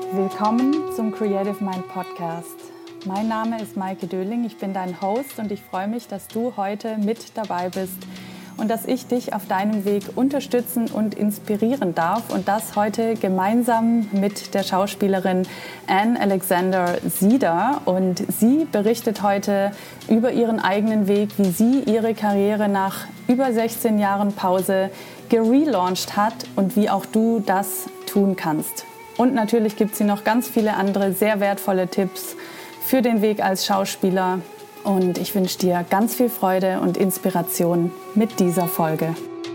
Willkommen zum Creative Mind Podcast. Mein Name ist Maike Döling, ich bin dein Host und ich freue mich, dass du heute mit dabei bist und dass ich dich auf deinem Weg unterstützen und inspirieren darf und das heute gemeinsam mit der Schauspielerin Anne Alexander Sieder. Und sie berichtet heute über ihren eigenen Weg, wie sie ihre Karriere nach über 16 Jahren Pause gelauncht hat und wie auch du das tun kannst. Und natürlich gibt sie noch ganz viele andere sehr wertvolle Tipps für den Weg als Schauspieler. Und ich wünsche dir ganz viel Freude und Inspiration mit dieser Folge.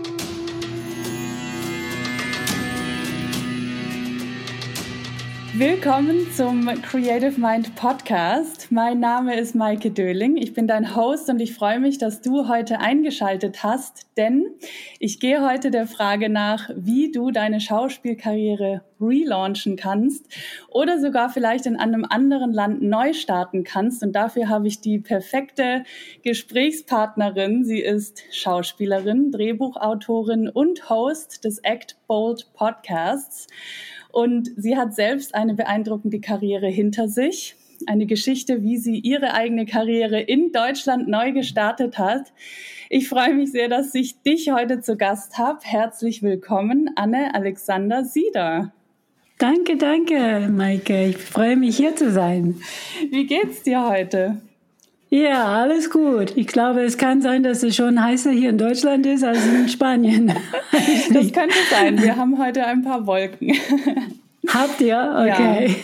Willkommen zum Creative Mind Podcast. Mein Name ist Maike Döling. Ich bin dein Host und ich freue mich, dass du heute eingeschaltet hast, denn ich gehe heute der Frage nach, wie du deine Schauspielkarriere relaunchen kannst oder sogar vielleicht in einem anderen Land neu starten kannst. Und dafür habe ich die perfekte Gesprächspartnerin. Sie ist Schauspielerin, Drehbuchautorin und Host des Act Bold Podcasts. Und sie hat selbst eine beeindruckende Karriere hinter sich. Eine Geschichte, wie sie ihre eigene Karriere in Deutschland neu gestartet hat. Ich freue mich sehr, dass ich dich heute zu Gast habe. Herzlich willkommen, Anne Alexander Sieder. Danke, Maike. Ich freue mich, hier zu sein. Wie geht's dir heute? Ja, alles gut. Ich glaube, es kann sein, dass es schon heißer hier in Deutschland ist als in Spanien. Das könnte sein. Wir haben heute ein paar Wolken. Habt ihr? Okay.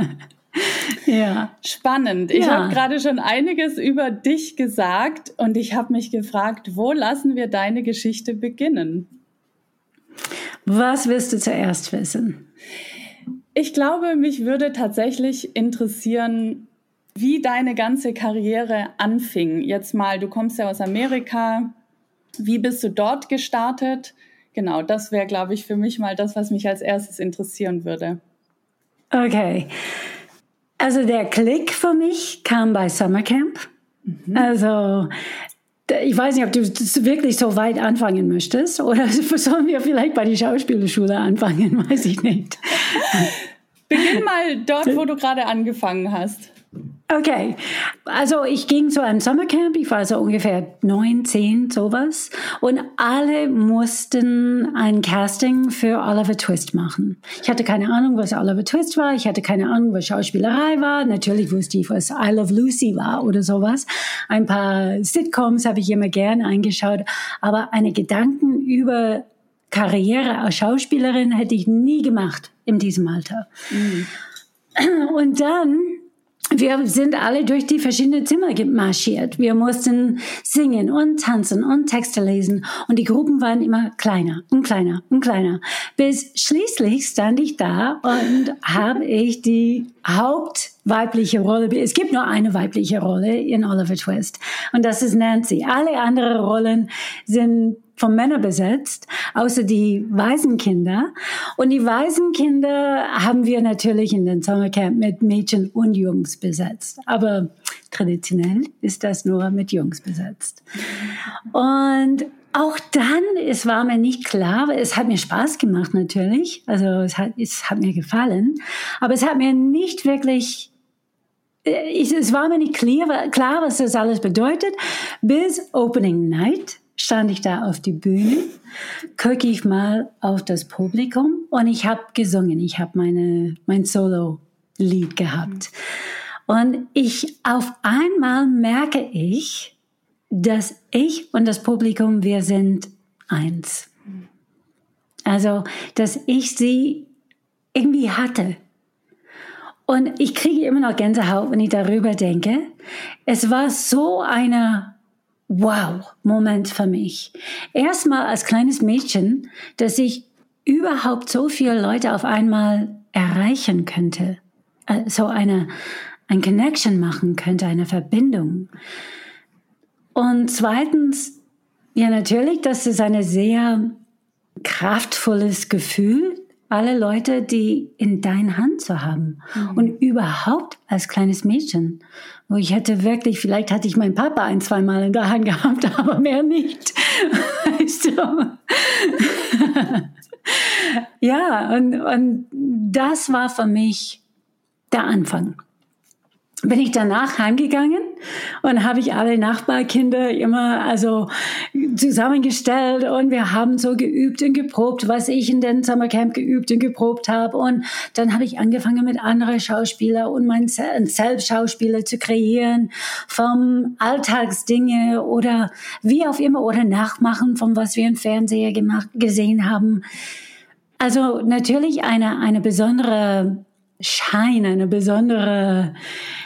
Ja. Spannend. Ich habe gerade schon einiges über dich gesagt und ich habe mich gefragt, wo lassen wir deine Geschichte beginnen? Was willst du zuerst wissen? Ich glaube, mich würde tatsächlich interessieren, wie deine ganze Karriere anfing. Jetzt mal, du kommst ja aus Amerika. Wie bist du dort gestartet? Genau, das wäre, glaube ich, für mich mal das, was mich als erstes interessieren würde. Okay. Also der Klick für mich kam bei Summercamp. Also ich weiß nicht, ob du das wirklich so weit anfangen möchtest oder sollen wir vielleicht bei der Schauspielschule anfangen, weiß ich nicht. Beginn mal dort, wo du gerade angefangen hast. Okay, also ich ging zu einem Summercamp, ich war so ungefähr 9, 10, sowas. Und alle mussten ein Casting für Oliver Twist machen. Ich hatte keine Ahnung, was Oliver Twist war. Ich hatte keine Ahnung, was Schauspielerei war. Natürlich wusste ich, was I Love Lucy war oder sowas. Ein paar Sitcoms habe ich immer gern angeschaut. Aber eine Gedanken über Karriere als Schauspielerin hätte ich nie gemacht in diesem Alter. Und dann... Wir sind alle durch die verschiedenen Zimmer marschiert. Wir mussten singen und tanzen und Texte lesen. Und die Gruppen waren immer kleiner und kleiner und kleiner. Bis schließlich stand ich da und habe ich die hauptweibliche Rolle. Es gibt nur eine weibliche Rolle in Oliver Twist. Und das ist Nancy. Alle anderen Rollen sind von Männern besetzt, außer die Waisenkinder. Und die Waisenkinder haben wir natürlich in den Sommercamp mit Mädchen und Jungs besetzt. Aber traditionell ist das nur mit Jungs besetzt. Und auch dann, es war mir nicht klar, es hat mir Spaß gemacht natürlich. Also es hat mir gefallen. Aber es hat mir nicht wirklich... Es war mir nicht klar, was das alles bedeutet, bis Opening Night. Stand ich da auf die Bühne, gucke ich mal auf das Publikum und ich habe gesungen. Ich habe mein Solo-Lied gehabt. Und auf einmal merke ich, dass ich und das Publikum, wir sind eins. Also, dass ich sie irgendwie hatte. Und ich kriege immer noch Gänsehaut, wenn ich darüber denke. Es war so eine Wow-Moment für mich. Erstmal als kleines Mädchen, dass ich überhaupt so viele Leute auf einmal erreichen könnte. So ein Connection machen könnte, eine Verbindung. Und zweitens, ja natürlich, das ist ein sehr kraftvolles Gefühl, alle Leute, die in deiner Hand zu haben. Und überhaupt als kleines Mädchen, wo ich vielleicht hatte ich meinen Papa 1-2 Mal in der Hand gehabt, aber mehr nicht. Weißt du? Ja, und das war für mich der Anfang. Bin ich danach heimgegangen und habe ich alle Nachbarkinder immer also zusammengestellt und wir haben so geübt und geprobt, was ich in den Summercamp geübt und geprobt habe. Und dann habe ich angefangen mit anderen Schauspielern und meinen Selbstschauspieler zu kreieren vom Alltagsdinge oder wie auch immer oder Nachmachen von was wir im Fernseher gesehen haben. Also natürlich eine besondere Schein, eine besondere,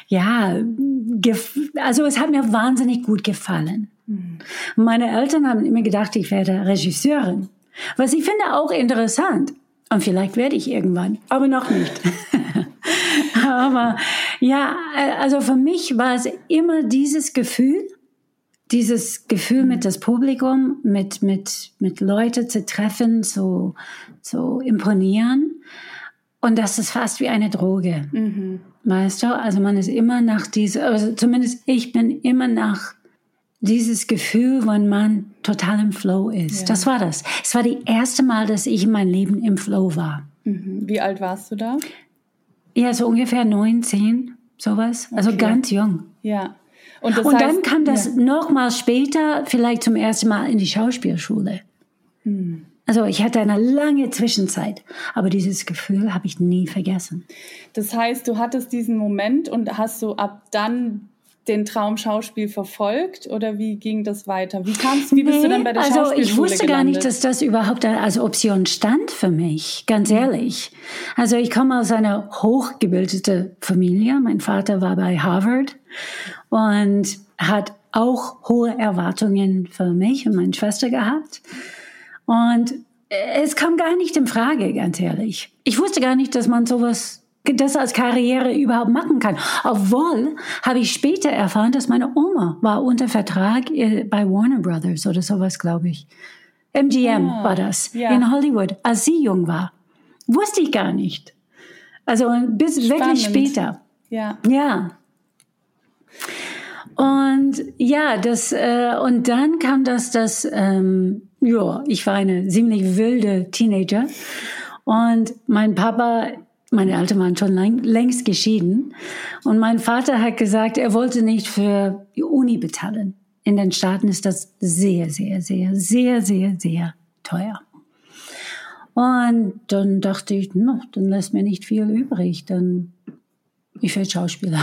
also es hat mir wahnsinnig gut gefallen. Meine Eltern haben immer gedacht, ich werde Regisseurin. Was ich finde auch interessant. Und vielleicht werde ich irgendwann, aber noch nicht. Aber ja, also für mich war es immer dieses Gefühl mit das Publikum, mit Leute zu treffen, so imponieren. Und das ist fast wie eine Droge. Weißt du? Also man ist immer also zumindest ich bin immer nach dieses Gefühl, wenn man total im Flow ist. Ja. Das war das. Es war das erste Mal, dass ich in meinem Leben im Flow war. Wie alt warst du da? Ja, so ungefähr 9, 10, sowas. Also ganz jung. Ja. Und dann kam das nochmal später, vielleicht zum ersten Mal in die Schauspielschule. Also ich hatte eine lange Zwischenzeit, aber dieses Gefühl habe ich nie vergessen. Das heißt, du hattest diesen Moment und hast du ab dann den Traum Schauspiel verfolgt oder wie ging das weiter? Wie bist du dann bei der Schauspielschule gelandet? Ich wusste gar nicht, dass das überhaupt als Option stand für mich, ganz ehrlich. Also ich komme aus einer hochgebildeten Familie. Mein Vater war bei Harvard und hat auch hohe Erwartungen für mich und meine Schwester gehabt. Und es kam gar nicht in Frage, ganz ehrlich. Ich wusste gar nicht, dass man das als Karriere überhaupt machen kann. Obwohl habe ich später erfahren, dass meine Oma war unter Vertrag bei Warner Brothers oder sowas, glaube ich. MGM war das, in Hollywood, als sie jung war. Wusste ich gar nicht. Also bis Spannend. Wirklich später. Ja. Und und dann kam ich war eine ziemlich wilde Teenager und mein Papa, meine Eltern waren schon längst geschieden und mein Vater hat gesagt, er wollte nicht für die Uni bezahlen. In den Staaten ist das sehr, sehr, sehr, sehr, sehr, sehr teuer. Und dann dachte ich, dann lässt mir nicht viel übrig, ich werde Schauspieler.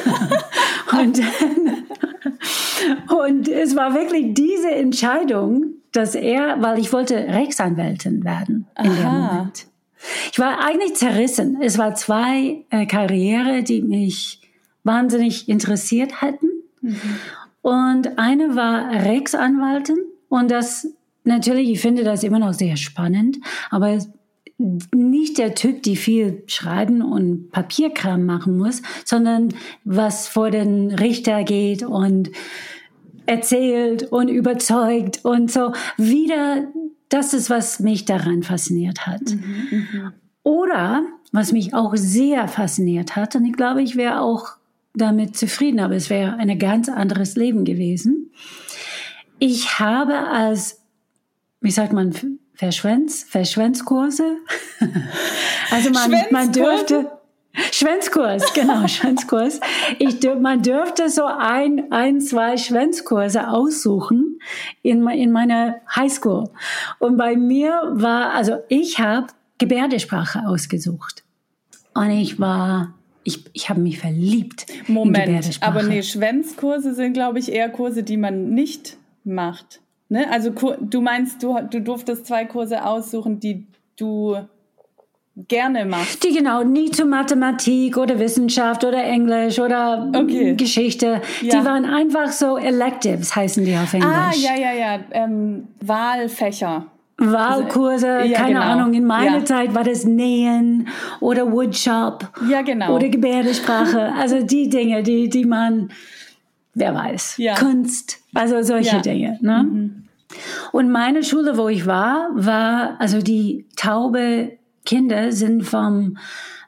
Und es war wirklich diese Entscheidung, weil ich wollte Rechtsanwältin werden in dem Moment. Ich war eigentlich zerrissen. Es war 2 Karriere, die mich wahnsinnig interessiert hatten. Und eine war Rechtsanwältin und das natürlich, ich finde das immer noch sehr spannend, aber nicht der Typ, die viel schreiben und Papierkram machen muss, sondern was vor den Richter geht und erzählt und überzeugt und so. Wieder, das ist, was mich daran fasziniert hat. Oder, was mich auch sehr fasziniert hat, und ich glaube, ich wäre auch damit zufrieden, aber es wäre ein ganz anderes Leben gewesen. Ich habe als, wie sagt man, Verschwänzkurse. Also man dürfte Schwänzkurs, genau, Schwänzkurs. Man dürfte so 2 Schwänzkurse aussuchen in meiner Highschool. Und bei mir ich habe Gebärdensprache ausgesucht. Und ich habe mich verliebt in Gebärdensprache. Aber nee, Schwänzkurse sind, glaube ich, eher Kurse, die man nicht macht. Ne? Also du meinst, du durftest 2 Kurse aussuchen, die du gerne machst. Die nie zu Mathematik oder Wissenschaft oder Englisch oder Geschichte. Ja. Die waren einfach so Electives, heißen die auf Englisch. Wahlfächer. Wahlkurse, keine Ahnung. In meiner Zeit war das Nähen oder Woodshop. Ja, genau. Oder Gebärdensprache. Also die Dinge, die man, wer weiß, Kunst, also solche Dinge. Ne? Und meine Schule, wo ich war, also die taube Kinder sind vom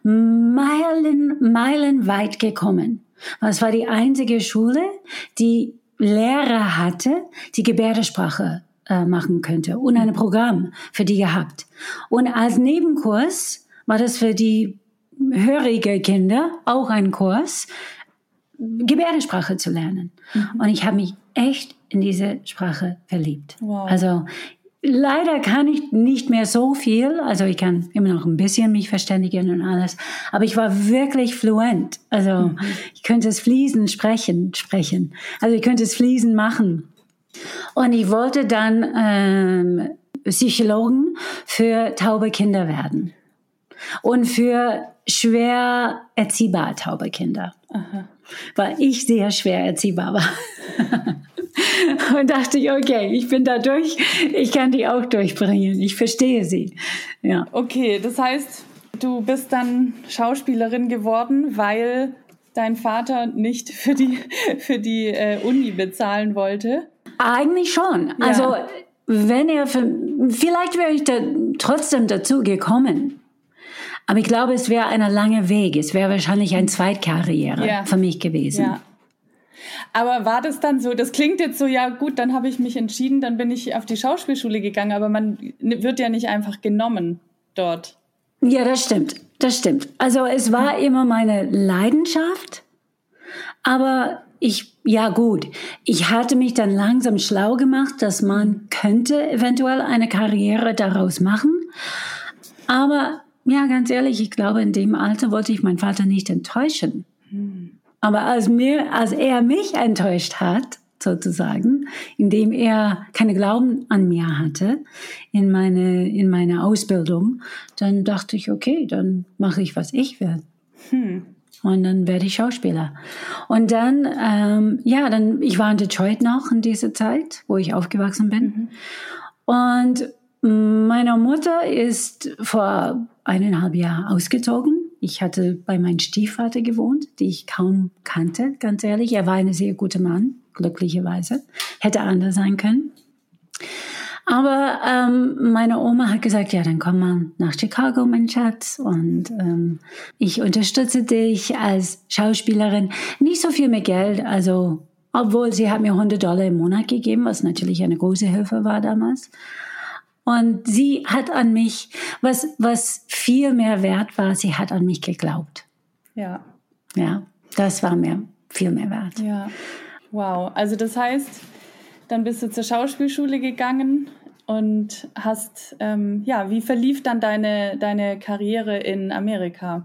Meilen weit gekommen. Es war die einzige Schule, die Lehrer hatte, die Gebärdensprache machen könnte und ein Programm für die gehabt. Und als Nebenkurs war das für die hörige Kinder auch einen Kurs, Gebärdensprache zu lernen. Und ich habe mich echt in diese Sprache verliebt. Wow. Also leider kann ich nicht mehr so viel, also ich kann immer noch ein bisschen mich verständigen und alles, aber ich war wirklich fluent. Also ich könnte es fließend sprechen. Also ich könnte es fließend machen. Und ich wollte dann Psychologen für taube Kinder werden und für schwer erziehbare taube Kinder. Aha. Weil ich sehr schwer erziehbar war. Und dachte ich, okay, ich bin da durch, ich kann die auch durchbringen, ich verstehe sie. Ja. Okay, das heißt, du bist dann Schauspielerin geworden, weil dein Vater nicht für die Uni bezahlen wollte? Eigentlich schon. Ja. Also wenn vielleicht wäre ich da trotzdem dazu gekommen. Aber ich glaube, es wäre ein langer Weg. Es wäre wahrscheinlich eine Zweitkarriere für mich gewesen. Ja. Aber war das dann so, das klingt jetzt so, ja gut, dann habe ich mich entschieden, dann bin ich auf die Schauspielschule gegangen, aber man wird ja nicht einfach genommen dort. Ja, das stimmt. Also es war immer meine Leidenschaft, aber ich hatte mich dann langsam schlau gemacht, dass man könnte eventuell eine Karriere daraus machen, aber ja, ganz ehrlich, ich glaube, in dem Alter wollte ich meinen Vater nicht enttäuschen. Aber als er mich enttäuscht hat, sozusagen, indem er keine Glauben an mir hatte in meine Ausbildung, dann dachte ich, okay, dann mache ich, was ich will. Und dann werde ich Schauspieler. Und dann, ich war in Detroit noch in dieser Zeit, wo ich aufgewachsen bin. Und meine Mutter ist vor 1,5 Jahren ausgezogen. Ich hatte bei meinem Stiefvater gewohnt, die ich kaum kannte, ganz ehrlich. Er war ein sehr guter Mann, glücklicherweise. Hätte anders sein können. Aber meine Oma hat gesagt, ja, dann komm mal nach Chicago, mein Schatz. Und ich unterstütze dich als Schauspielerin. Nicht so viel mehr Geld, also obwohl sie hat mir $100 im Monat gegeben, was natürlich eine große Hilfe war damals. Und sie hat an mich, was viel mehr wert war, sie hat an mich geglaubt. Ja. Ja, das war mir viel mehr wert. Ja, wow. Also das heißt, dann bist du zur Schauspielschule gegangen und hast, wie verlief dann deine Karriere in Amerika?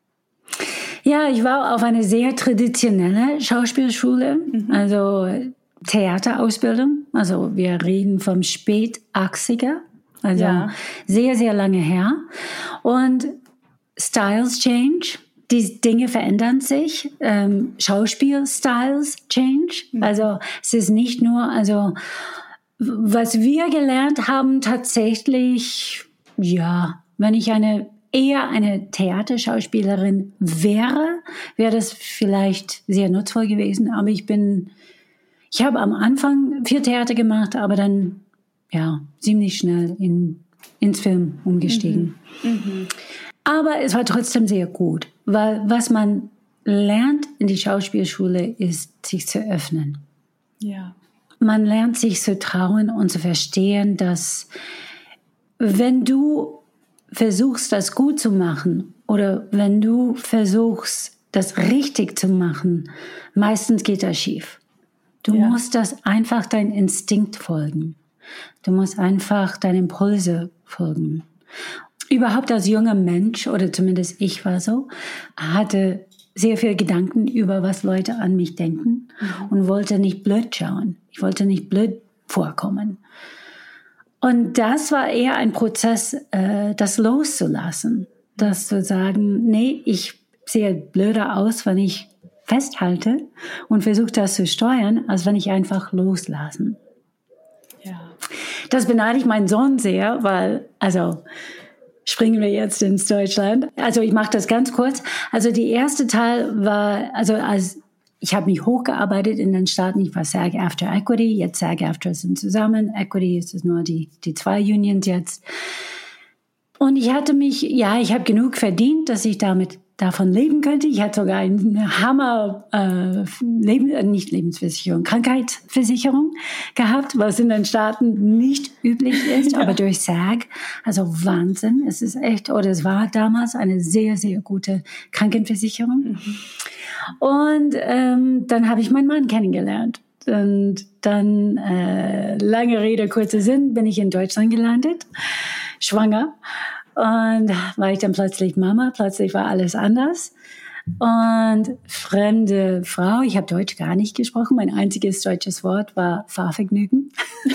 Ja, ich war auf eine sehr traditionelle Schauspielschule, also Theaterausbildung. Also wir reden vom Spät-80er. Also sehr, sehr lange her. Und Styles change. Die Dinge verändern sich. Schauspielstyles change. Also es ist nicht nur, also was wir gelernt haben tatsächlich, wenn ich eher eine Theaterschauspielerin wäre das vielleicht sehr nutzvoll gewesen. Aber ich habe am Anfang viel Theater gemacht, aber dann ziemlich schnell ins Film umgestiegen. Aber es war trotzdem sehr gut, weil was man lernt in die Schauspielschule ist, sich zu öffnen. Ja. Man lernt sich zu trauen und zu verstehen, dass wenn du versuchst, das gut zu machen oder wenn du versuchst, das richtig zu machen, meistens geht das schief. Du musst das einfach deinem Instinkt folgen. Du musst einfach deinen Impulse folgen. Überhaupt als junger Mensch, oder zumindest ich war so, hatte sehr viel Gedanken über, was Leute an mich denken und wollte nicht blöd schauen. Ich wollte nicht blöd vorkommen. Und das war eher ein Prozess, das loszulassen. Das zu sagen, nee, ich sehe blöder aus, wenn ich festhalte und versuche das zu steuern, als wenn ich einfach loslassen. Ja. Das beneide ich meinen Sohn sehr, weil, springen wir jetzt ins Deutschland. Also ich mache das ganz kurz. Also die erste Teil war, ich habe mich hochgearbeitet in den Staaten. Ich war SAG-AFTRA Equity, jetzt SAG-AFTRA sind zusammen. Equity ist es nur die 2 Unions jetzt. Und ich habe genug verdient, dass ich damit davon leben könnte. Ich hatte sogar eine Hammer nicht Lebensversicherung, Krankheitsversicherung gehabt, was in den Staaten nicht üblich ist, aber durch SAG, also Wahnsinn. Es ist echt, oder es war damals eine sehr, sehr gute Krankenversicherung. Und dann habe ich meinen Mann kennengelernt. Und dann, lange Rede, kurzer Sinn, bin ich in Deutschland gelandet, schwanger. Und war ich dann plötzlich Mama, plötzlich war alles anders. Und fremde Frau, ich habe Deutsch gar nicht gesprochen, mein einziges deutsches Wort war Fahrvergnügen.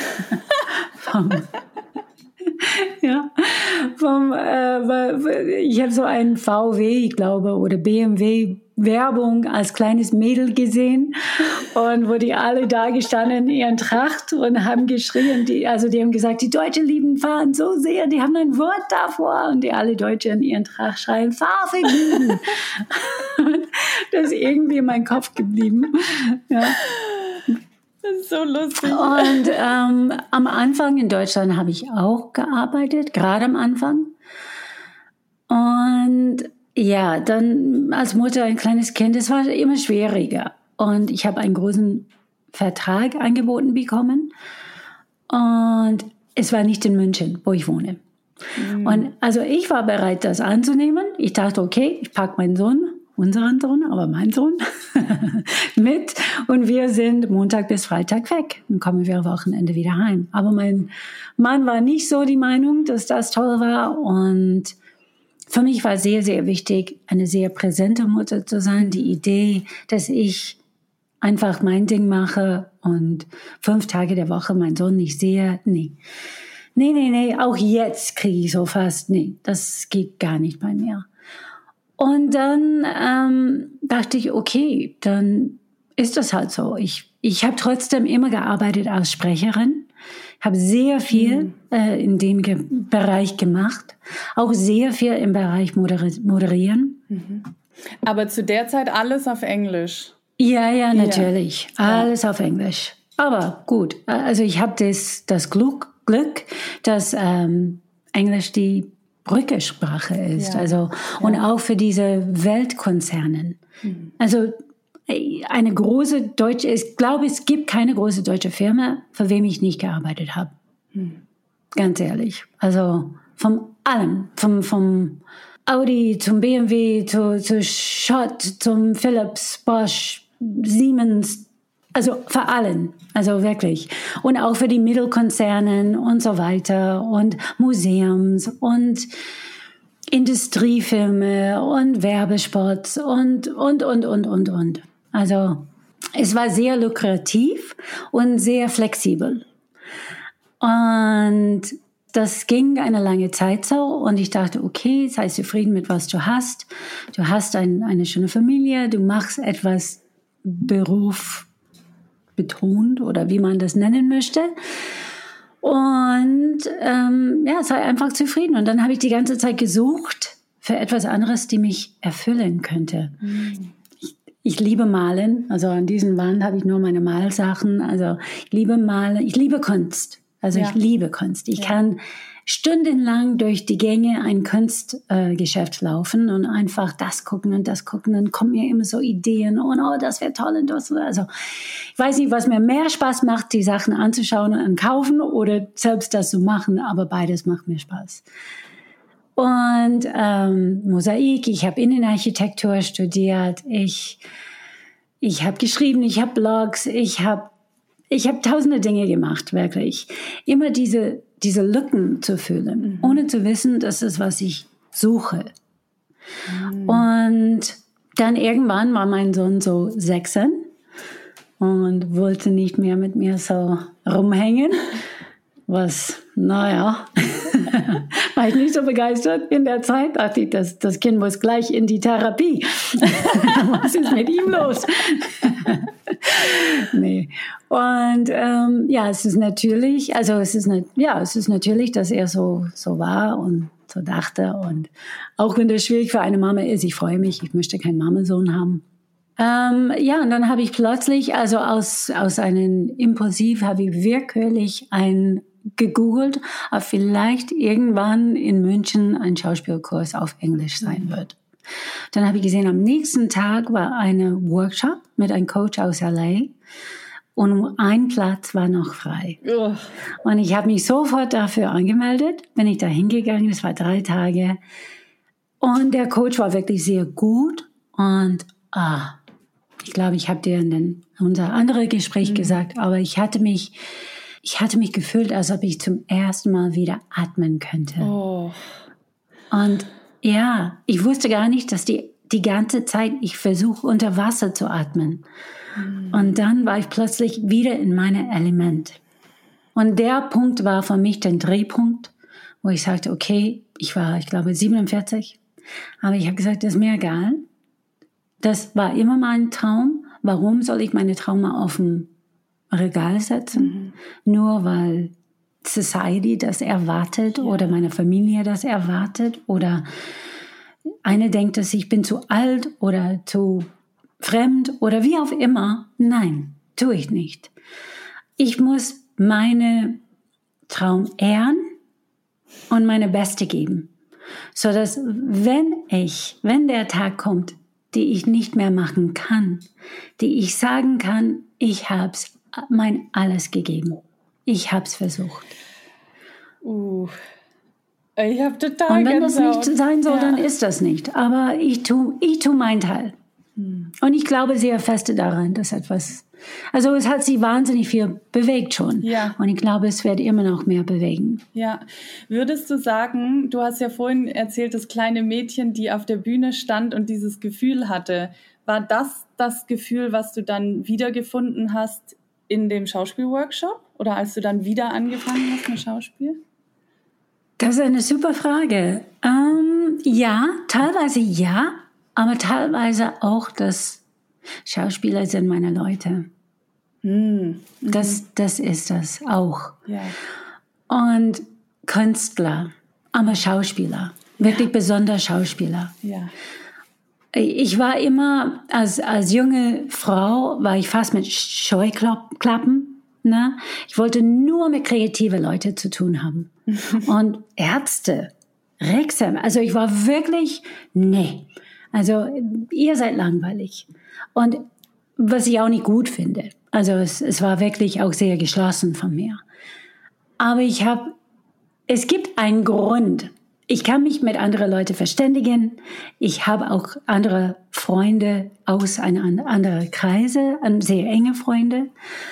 Ich habe so einen VW, ich glaube, oder BMW Werbung als kleines Mädel gesehen und wo die alle da gestanden in ihren Tracht und haben geschrien, die haben gesagt, die Deutschen lieben Fahren so sehr, die haben ein Wort davor und die alle Deutschen in ihren Tracht schreien, Fahrvergnügen. Das ist irgendwie in meinem Kopf geblieben. Ja. Das ist so lustig. Und am Anfang in Deutschland habe ich auch gearbeitet, gerade am Anfang. Und ja, dann als Mutter ein kleines Kind, es war immer schwieriger. Und ich habe einen großen Vertrag angeboten bekommen. Und es war nicht in München, wo ich wohne. Und also ich war bereit, das anzunehmen. Ich dachte, okay, ich packe meinen Sohn, unseren Sohn, aber meinen Sohn, mit. Und wir sind Montag bis Freitag weg. Dann kommen wir am Wochenende wieder heim. Aber mein Mann war nicht so die Meinung, dass das toll war. Und für mich war sehr, sehr wichtig, eine sehr präsente Mutter zu sein. Die Idee, dass ich einfach mein Ding mache und 5 Tage der Woche meinen Sohn nicht sehe. Nee, auch jetzt kriege ich so fast, das geht gar nicht bei mir. Und dann dachte ich, okay, dann ist das halt so. Ich habe trotzdem immer gearbeitet als Sprecherin, habe sehr viel in dem Bereich gemacht, auch sehr viel im Bereich Moderieren. Aber zu der Zeit alles auf Englisch? Ja, natürlich. Ja. Alles auf Englisch. Aber gut, also ich habe das Glück, dass Englisch die Brückensprache ist. Ja. Also, und auch für diese Weltkonzernen. Also eine große deutsche, ich glaube, es gibt keine große deutsche Firma, für wem ich nicht gearbeitet habe. Ganz ehrlich. Also von allem, vom Audi zum BMW, zu Schott, zum Philips, Bosch, Siemens, also für allen, also wirklich. Und auch für die Mittelkonzernen und so weiter und Museums und Industriefilme und Werbespots und. Also es war sehr lukrativ und sehr flexibel. Und das ging eine lange Zeit so und ich dachte, okay, sei zufrieden mit was du hast. Du hast eine schöne Familie, du machst etwas Beruf betont oder wie man das nennen möchte. Und sei einfach zufrieden. Und dann habe ich die ganze Zeit gesucht für etwas anderes, die mich erfüllen könnte. Ich liebe Malen. Also an diesen Wand habe ich nur meine Malsachen. Also ich liebe Malen. Ich liebe Kunst. Also ich liebe Kunst. Ich kann stundenlang durch die Gänge ein Kunstgeschäft laufen und einfach das gucken. Dann kommen mir immer so Ideen. Und das wäre toll. Und das. Also ich weiß nicht, was mir mehr Spaß macht, die Sachen anzuschauen und kaufen oder selbst das zu machen. Aber beides macht mir Spaß. Und Mosaik, ich habe Innenarchitektur studiert, ich habe geschrieben, ich habe Blogs, ich habe tausende Dinge gemacht, wirklich. Immer diese Lücken zu füllen, ohne zu wissen, das ist, was ich suche. Und dann irgendwann war mein Sohn so 16 und wollte nicht mehr mit mir so rumhängen, was, war ich nicht so begeistert in der Zeit. Dachte ich, das Kind muss gleich in die Therapie. Was ist mit ihm los? Nee. Und es ist natürlich, dass er so war und so dachte. Und auch wenn das schwierig für eine Mama ist, ich freue mich, ich möchte keinen Mamasohn haben. Und dann habe ich plötzlich, also aus einem Impulsiv, habe ich wirklich gegoogelt, ob vielleicht irgendwann in München ein Schauspielkurs auf Englisch sein wird. Dann habe ich gesehen, am nächsten Tag war eine Workshop mit einem Coach aus LA und um ein Platz war noch frei. Ugh. Und ich habe mich sofort dafür angemeldet, bin ich da hingegangen, es war 3 Tage. Und der Coach war wirklich sehr gut und ich glaube, ich habe dir in unser anderes Gespräch gesagt, aber ich hatte mich gefühlt, als ob ich zum ersten Mal wieder atmen könnte. Oh. Und ja, ich wusste gar nicht, dass die ganze Zeit ich versuche, unter Wasser zu atmen. Und dann war ich plötzlich wieder in meinem Element. Und der Punkt war für mich der Drehpunkt, wo ich sagte, okay, ich glaube, 47. Aber ich habe gesagt, das ist mir egal. Das war immer mein Traum. Warum soll ich meine Trauma auf dem Regal setzen? Nur weil Society das erwartet oder meine Familie das erwartet oder eine denkt, dass ich bin zu alt oder zu fremd oder wie auch immer. Nein, tue ich nicht. Ich muss meine Traum ehren und meine Beste geben. So dass wenn der Tag kommt, die ich nicht mehr machen kann, die ich sagen kann, ich hab's mein alles gegeben. Ich hab's versucht. Ich habe total Und wenn Gänsehaut. das nicht sein soll, dann ist das nicht. Aber ich tu meinen Teil. Und ich glaube sehr fest daran, dass also es hat sie wahnsinnig viel bewegt schon. Ja. Und ich glaube, es wird immer noch mehr bewegen. Ja. Würdest du sagen, du hast ja vorhin erzählt, das kleine Mädchen, die auf der Bühne stand und dieses Gefühl hatte, war das Gefühl, was du dann wiedergefunden hast in dem Schauspielworkshop? Oder als du dann wieder angefangen hast mit Schauspiel? Das ist eine super Frage. Ja, teilweise ja, aber teilweise auch, dass Schauspieler sind meine Leute. Das ist das auch. Ja. Und Künstler, aber Schauspieler, wirklich besonders Schauspieler. Ja. Ich war immer, als junge Frau, war ich fast mit Scheuklappen. Ne? Ich wollte nur mit kreativen Leuten zu tun haben. Und Ärzte, Rexem, also ich war wirklich, nee. Also ihr seid langweilig. Und was ich auch nicht gut finde. Also es war wirklich auch sehr geschlossen von mir. Aber es gibt einen Grund. Ich kann mich mit anderen Leuten verständigen. Ich habe auch andere Freunde aus einem anderen Kreise, sehr enge Freunde.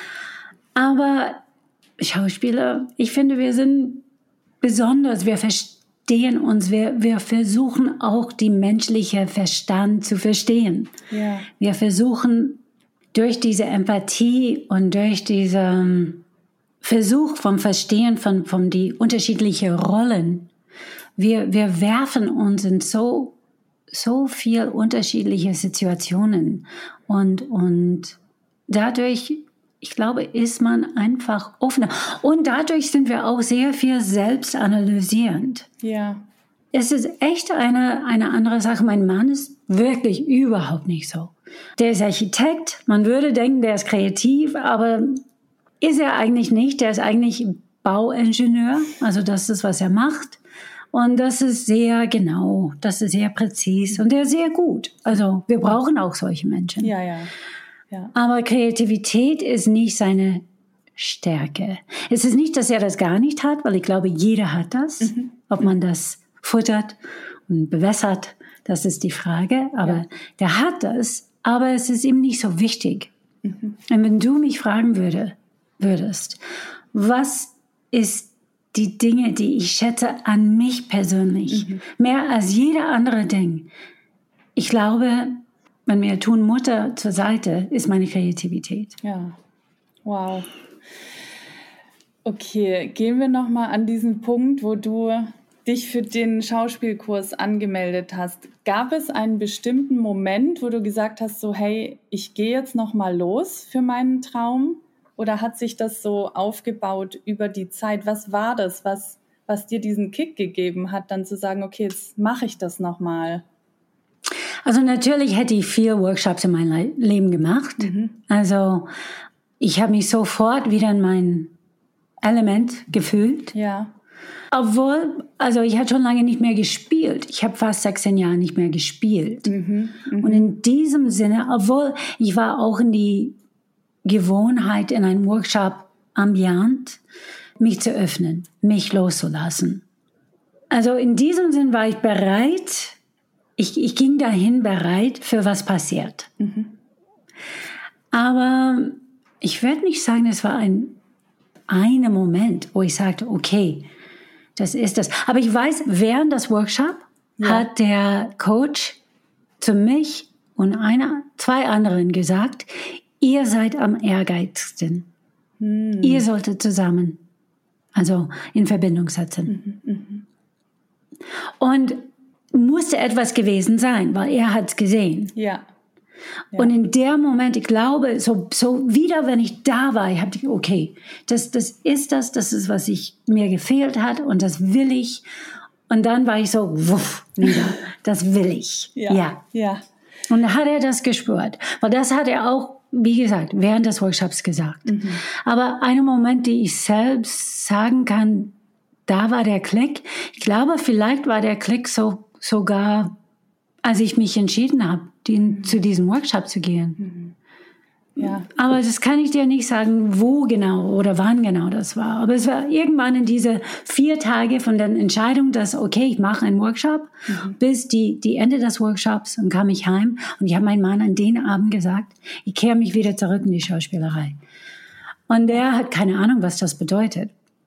Aber Schauspieler, ich finde, wir sind besonders. Wir verstehen uns. Wir versuchen auch, die menschliche Verstand zu verstehen. Ja. Wir versuchen durch diese Empathie und durch diesen Versuch vom Verstehen von die unterschiedlichen Rollen, wir werfen uns in so viel unterschiedliche Situationen und dadurch, ich glaube, ist man einfach offener. Und dadurch sind wir auch sehr viel selbst analysierend. Ja. Es ist echt eine andere Sache. Mein Mann ist wirklich überhaupt nicht so. Der ist Architekt. Man würde denken, der ist kreativ, aber ist er eigentlich nicht. Der ist eigentlich Bauingenieur. Also das ist, was er macht. Und das ist sehr genau. Das ist sehr präzise. Und der ist sehr gut. Also wir brauchen auch solche Menschen. Ja. Aber Kreativität ist nicht seine Stärke. Es ist nicht, dass er das gar nicht hat, weil ich glaube, jeder hat das. Ob man das futtert und bewässert, das ist die Frage. Aber der hat das, aber es ist ihm nicht so wichtig. Und wenn du mich fragen würdest, was ist die Dinge, die ich schätze an mich persönlich, mehr als jeder andere Ding? Ich glaube, wenn wir tun Mutter zur Seite, ist meine Kreativität. Ja, wow. Okay, gehen wir nochmal an diesen Punkt, wo du dich für den Schauspielkurs angemeldet hast. Gab es einen bestimmten Moment, wo du gesagt hast, so hey, ich gehe jetzt nochmal los für meinen Traum? Oder hat sich das so aufgebaut über die Zeit? Was war das, was dir diesen Kick gegeben hat, dann zu sagen, okay, jetzt mache ich das nochmal? Also natürlich hätte ich 4 Workshops in meinem Leben gemacht. Also ich habe mich sofort wieder in mein Element gefühlt. Ja. Obwohl, also ich hatte schon lange nicht mehr gespielt. Ich habe fast 16 Jahre nicht mehr gespielt. Und in diesem Sinne, obwohl ich war auch in die Gewohnheit, in einem Workshop ambient, mich zu öffnen, mich loszulassen. Also in diesem Sinn war ich bereit, ich ging dahin bereit, für was passiert. Aber ich werde nicht sagen, es war ein Moment, wo ich sagte, okay, das ist das. Aber ich weiß, während des Workshops hat der Coach zu mich und zwei anderen gesagt, ihr seid am ehrgeizigsten. Ihr solltet zusammen, also in Verbindung setzen. Und musste etwas gewesen sein, weil er hat es gesehen. Ja. Und in dem Moment, ich glaube, so wieder, wenn ich da war, ich habe gedacht, okay, das ist, was mir gefehlt hat und das will ich. Und dann war ich so, wuff, wieder, das will ich. Ja. Und dann hat er das gespürt, weil das hat er auch, wie gesagt, während des Workshops gesagt. Aber einen Moment, die ich selbst sagen kann, da war der Klick. Ich glaube, vielleicht war der Klick sogar, als ich mich entschieden habe, zu diesem Workshop zu gehen. Ja. Aber das kann ich dir nicht sagen, wo genau oder wann genau das war. Aber es war irgendwann in diese 4 Tage von der Entscheidung, dass, okay, ich mache einen Workshop, bis die Ende des Workshops und kam ich heim. Und ich habe meinem Mann an den Abend gesagt, ich kehre mich wieder zurück in die Schauspielerei. Und der hat keine Ahnung, was das bedeutet.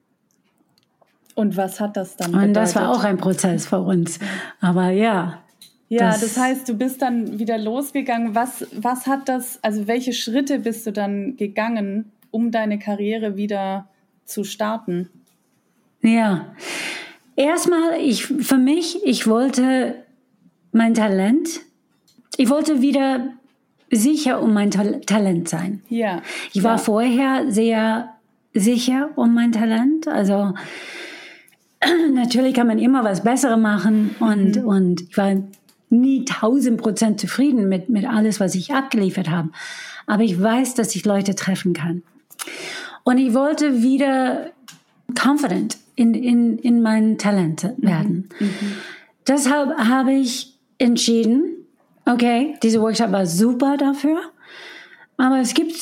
Und was hat das dann bedeutet? Und das war auch ein Prozess für uns. Aber ja. Ja, das heißt, du bist dann wieder losgegangen. Was hat das, also welche Schritte bist du dann gegangen, um deine Karriere wieder zu starten? Ja, erstmal, ich wollte mein Talent, ich wollte wieder sicher um mein Talent sein. Ja. Ich war vorher sehr sicher um mein Talent, also natürlich kann man immer was Besseres machen und ich war nie 1000% zufrieden mit alles, was ich abgeliefert habe. Aber ich weiß, dass ich Leute treffen kann. Und ich wollte wieder confident in meinen Talenten werden. Deshalb habe ich entschieden, okay, dieser Workshop war super dafür, aber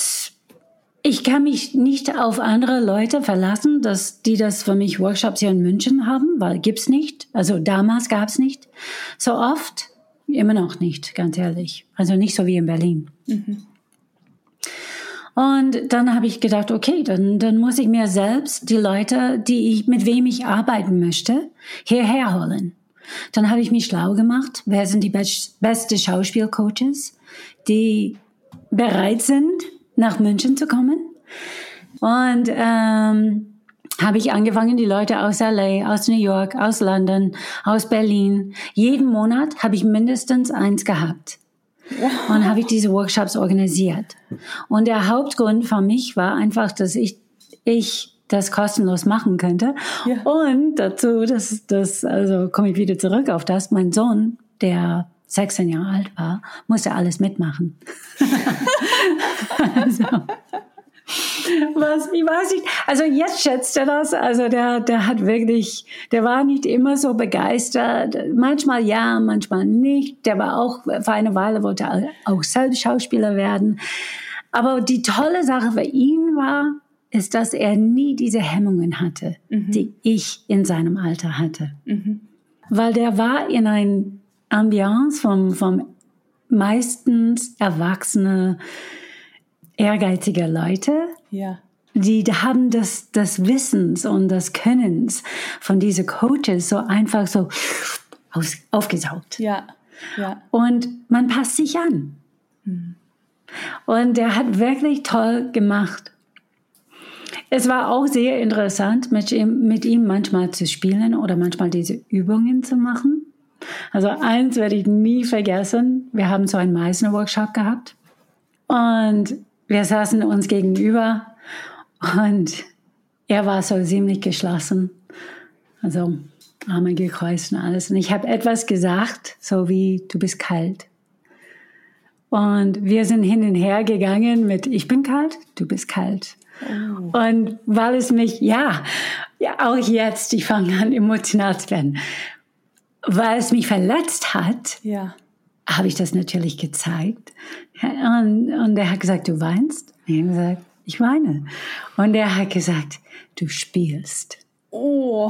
ich kann mich nicht auf andere Leute verlassen, die das für mich Workshops hier in München haben, weil gibt's nicht. Also damals gab's nicht. So oft, immer noch nicht, ganz ehrlich. Also nicht so wie in Berlin. Und dann habe ich gedacht, okay, dann muss ich mir selbst die Leute, mit wem ich arbeiten möchte, hierher holen. Dann habe ich mich schlau gemacht. Wer sind die besten Schauspielcoaches, die bereit sind, nach München zu kommen? Und habe ich angefangen, die Leute aus LA, aus New York, aus London, aus Berlin. Jeden Monat habe ich mindestens 1 gehabt. Wow. Und habe ich diese Workshops organisiert. Und der Hauptgrund für mich war einfach, dass ich das kostenlos machen könnte. Ja. Und dazu, also komme ich wieder zurück auf das, mein Sohn, der 16 Jahre alt war, musste alles mitmachen. Also, ich weiß nicht, also jetzt schätzt er das, also der war nicht immer so begeistert, manchmal ja, manchmal nicht, der war auch, für eine Weile wollte er auch selbst Schauspieler werden, aber die tolle Sache für ihn war, ist, dass er nie diese Hemmungen hatte, die ich in seinem Alter hatte. Weil der war in ein Ambiance vom meistens erwachsene, ehrgeizige Leute, die haben das Wissens und das Könnens von diesen Coaches so einfach so aufgesaugt. Ja. Und man passt sich an. Und der hat wirklich toll gemacht. Es war auch sehr interessant, mit ihm manchmal zu spielen oder manchmal diese Übungen zu machen. Also eins werde ich nie vergessen. Wir haben so einen Meisner-Workshop gehabt und wir saßen uns gegenüber und er war so ziemlich geschlossen. Also Arme gekreuzt und alles. Und ich habe etwas gesagt, so wie, du bist kalt. Und wir sind hin und her gegangen mit, ich bin kalt, du bist kalt. Oh. Und weil es mich, Ja, auch jetzt, ich fange an, emotional zu werden. Weil es mich verletzt hat, habe ich das natürlich gezeigt. Und er hat gesagt, du weinst? Ich habe gesagt, ich weine. Und er hat gesagt, du spielst. Oh.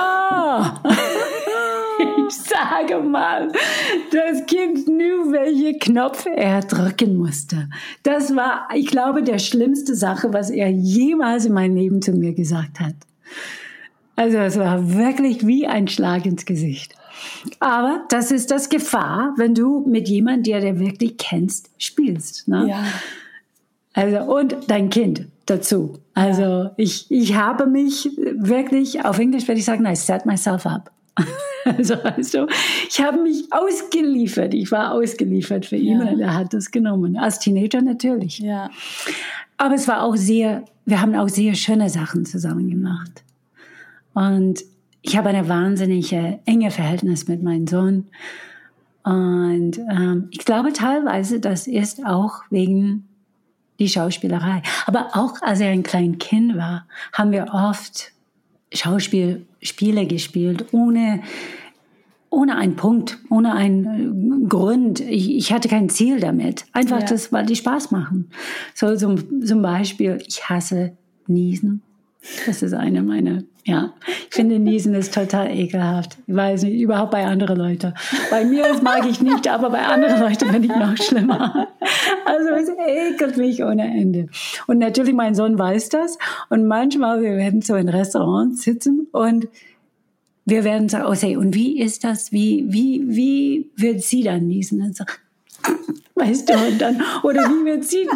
Ich sage mal, das Kind knew, welche Knopf er drücken musste. Das war, ich glaube, der schlimmste Sache, was er jemals in meinem Leben zu mir gesagt hat. Also es war wirklich wie ein Schlag ins Gesicht. Aber das ist das Gefahr, wenn du mit jemandem, der wirklich kennst, spielst. Ne? Ja. Also, und dein Kind dazu. Also ich habe mich wirklich, auf Englisch werde ich sagen, I set myself up. Also, ich habe mich ausgeliefert. Ich war ausgeliefert für ihn und er hat das genommen. Als Teenager natürlich. Ja. Aber es war auch wir haben auch sehr schöne Sachen zusammen gemacht. Und ich habe eine wahnsinnig enge Verhältnis mit meinem Sohn. Und ich glaube teilweise, das ist auch wegen die Schauspielerei. Aber auch als er ein kleines Kind war, haben wir oft Schauspielspiele gespielt, ohne einen Punkt, ohne einen Grund. Ich hatte kein Ziel damit. Einfach das, weil die Spaß machen. So zum Beispiel, ich hasse Niesen. Das ist eine meiner, ich finde Niesen ist total ekelhaft. Ich weiß nicht, überhaupt bei anderen Leuten. Bei mir mag ich nicht, aber bei anderen Leuten bin ich noch schlimmer. Also es ekelt mich ohne Ende. Und natürlich, mein Sohn weiß das. Und manchmal, wir werden so in Restaurants sitzen und wir werden sagen, okay, und wie ist das? Wie wird sie dann niesen? Und so, weißt du, und dann, oder wie wird sie?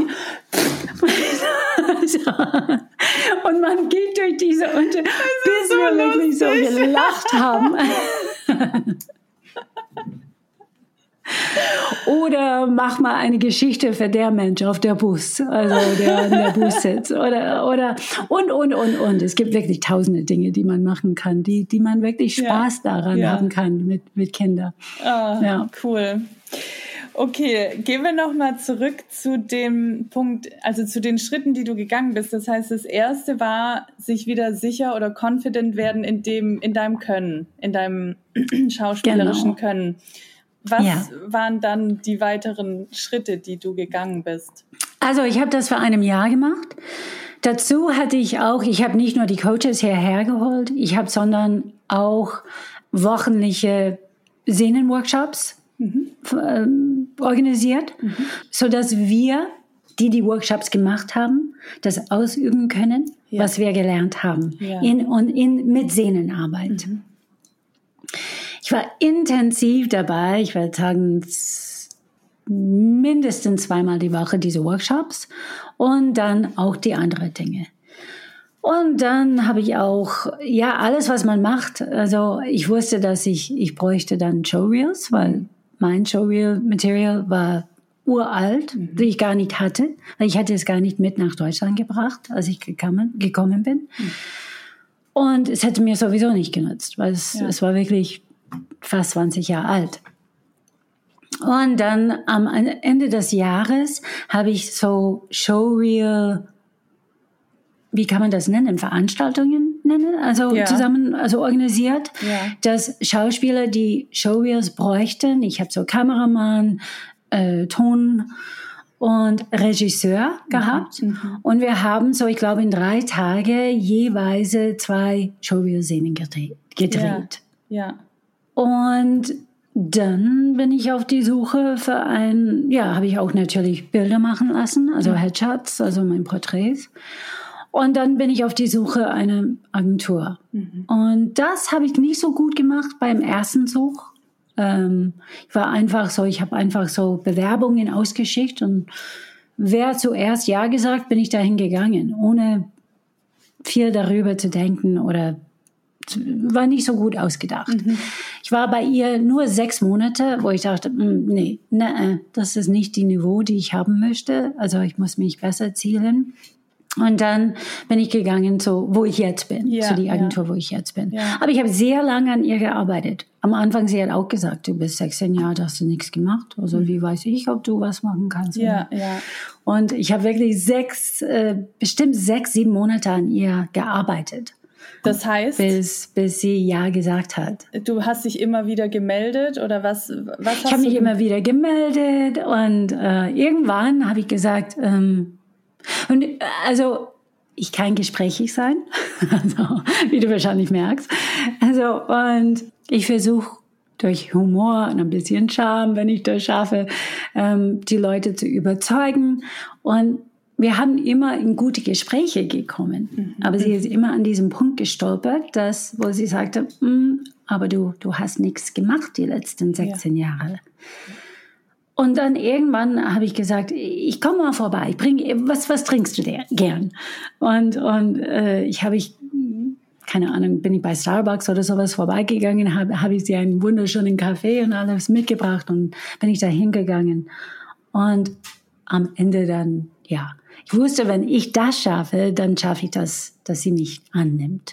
Und man geht durch diese bis wir wirklich so gelacht haben. Oder mach mal eine Geschichte für der Mensch auf der Bus, also der in der Bus sitzt. Oder und. Es gibt wirklich tausende Dinge, die man machen kann, die man wirklich Spaß daran haben kann mit Kindern. Cool. Okay, gehen wir nochmal zurück zu dem Punkt, also zu den Schritten, die du gegangen bist. Das heißt, das erste war, sich wieder sicher oder confident werden in deinem Können, in deinem schauspielerischen Können. Was waren dann die weiteren Schritte, die du gegangen bist? Also ich habe das vor einem Jahr gemacht. Dazu hatte ich habe nicht nur die Coaches hierher geholt, sondern auch wöchentliche Szenenworkshops organisiert, sodass wir, die Workshops gemacht haben, das ausüben können, was wir gelernt haben mit Szenenarbeit. Ich war intensiv dabei, ich würde sagen, mindestens 2-mal die Woche diese Workshops und dann auch die anderen Dinge. Und dann habe ich auch, alles, was man macht. Also ich wusste, dass ich bräuchte dann Showreels, weil mein Showreel-Material war uralt, die ich gar nicht hatte. Ich hatte es gar nicht mit nach Deutschland gebracht, als ich gekommen bin. Und es hätte mir sowieso nicht genutzt, weil es war wirklich fast 20 Jahre alt. Und dann am Ende des Jahres habe ich so Showreel, wie kann man das nennen, Veranstaltungen nennen, organisiert, dass Schauspieler, die Showreels bräuchten, ich habe so Kameramann, Ton und Regisseur gehabt und wir haben so, ich glaube in 3 Tagen jeweils 2 Showreel-Szenen gedreht. Ja. Und dann bin ich auf die Suche für habe ich auch natürlich Bilder machen lassen, also Headshots, also mein Porträts. Und dann bin ich auf die Suche einer Agentur. Und das habe ich nicht so gut gemacht beim ersten Such. Ich habe einfach so Bewerbungen ausgeschickt und wer zuerst Ja gesagt, bin ich dahin gegangen, ohne viel darüber zu denken oder war nicht so gut ausgedacht. Ich war bei ihr nur 6 Monate, wo ich dachte, nee, das ist nicht die Niveau, die ich haben möchte. Also ich muss mich besser zielen. Und dann bin ich gegangen wo ich jetzt bin, zu die Agentur, wo ich jetzt bin. Ja. Aber ich habe sehr lange an ihr gearbeitet. Am Anfang, sie hat auch gesagt, du bist 16 Jahre, da hast du nichts gemacht. Also wie weiß ich, ob du was machen kannst. Ja. Und ich habe wirklich bestimmt 6, 7 Monate an ihr gearbeitet. Das heißt, bis sie ja gesagt hat. Du hast dich immer wieder gemeldet oder was hast Ich habe mich immer wieder gemeldet und irgendwann habe ich gesagt, also ich kann gesprächig sein, also, wie du wahrscheinlich merkst. Also und ich versuche durch Humor und ein bisschen Charme, wenn ich das schaffe, die Leute zu überzeugen. Und wir haben immer in gute Gespräche gekommen. Aber sie ist immer an diesem Punkt gestolpert, wo sie sagte, aber du hast nichts gemacht die letzten 16 Jahre. Und dann irgendwann habe ich gesagt, ich komme mal vorbei, ich bringe, was trinkst du denn gern? Und keine Ahnung, bin ich bei Starbucks oder sowas vorbeigegangen, habe ich sie einen wunderschönen Kaffee und alles mitgebracht und bin ich da hingegangen. Und am Ende dann, ja, ich wusste, wenn ich das schaffe, dann schaffe ich das, dass sie mich annimmt.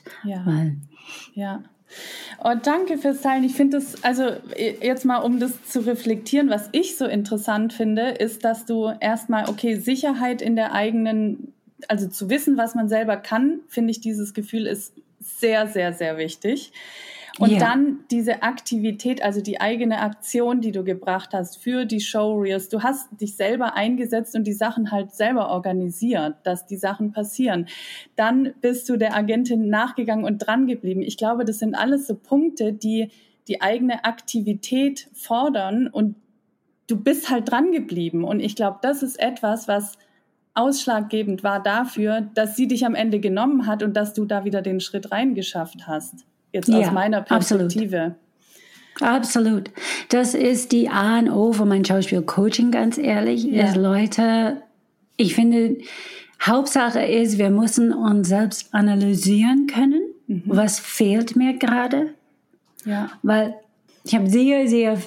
Ja. Oh, danke fürs Teilen. Ich finde das, also jetzt mal, um das zu reflektieren, was ich so interessant finde, ist, dass du erstmal, Sicherheit in der eigenen, also zu wissen, was man selber kann, finde ich, dieses Gefühl ist sehr, sehr, sehr wichtig. Und dann diese Aktivität, also die eigene Aktion, die du gebracht hast für die Showreels. Du hast dich selber eingesetzt und die Sachen halt selber organisiert, dass die Sachen passieren. Dann bist du der Agentin nachgegangen und dran geblieben. Ich glaube, das sind alles so Punkte, die die eigene Aktivität fordern und du bist halt dran geblieben. Und ich glaube, das ist etwas, was ausschlaggebend war dafür, dass sie dich am Ende genommen hat und dass du da wieder den Schritt reingeschafft hast. Jetzt aus meiner Perspektive. Absolut. Das ist die A und O von meinem Schauspiel-Coaching, ganz ehrlich. Ist Leute, ich finde, Hauptsache ist, wir müssen uns selbst analysieren können. Was fehlt mir gerade? Ja. Weil ich habe sehr, sehr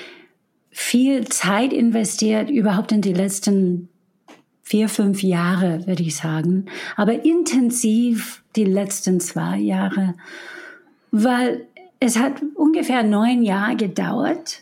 viel Zeit investiert, überhaupt in die letzten 4-5 Jahre, würde ich sagen. Aber intensiv die letzten 2 Jahre. Weil es hat ungefähr 9 Jahre gedauert,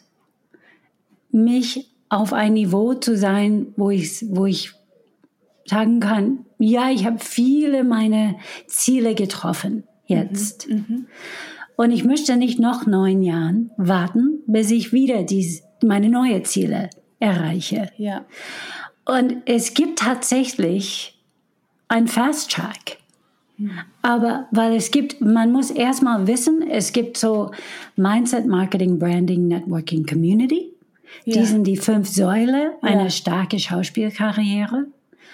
mich auf ein Niveau zu sein, wo ich sagen kann, ja, ich habe viele meine Ziele getroffen jetzt. Und ich möchte nicht noch 9 Jahre warten, bis ich wieder meine neuen Ziele erreiche. Ja. Und es gibt tatsächlich ein Fast Track. Aber weil man muss erstmal wissen, es gibt so Mindset, Marketing, Branding, Networking, Community. Die sind die 5 Säulen einer starken Schauspielkarriere.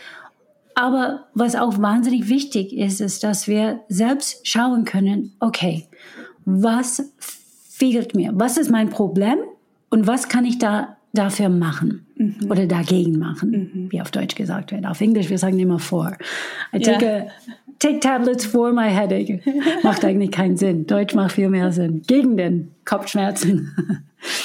Aber was auch wahnsinnig wichtig ist, ist, dass wir selbst schauen können, okay, was fehlt mir? Was ist mein Problem? Und was kann ich dafür machen? Oder dagegen machen, wie auf Deutsch gesagt wird. Auf Englisch, wir sagen immer for. I take tablets for my headache. Macht eigentlich keinen Sinn. Deutsch macht viel mehr Sinn. Gegen den Kopfschmerzen.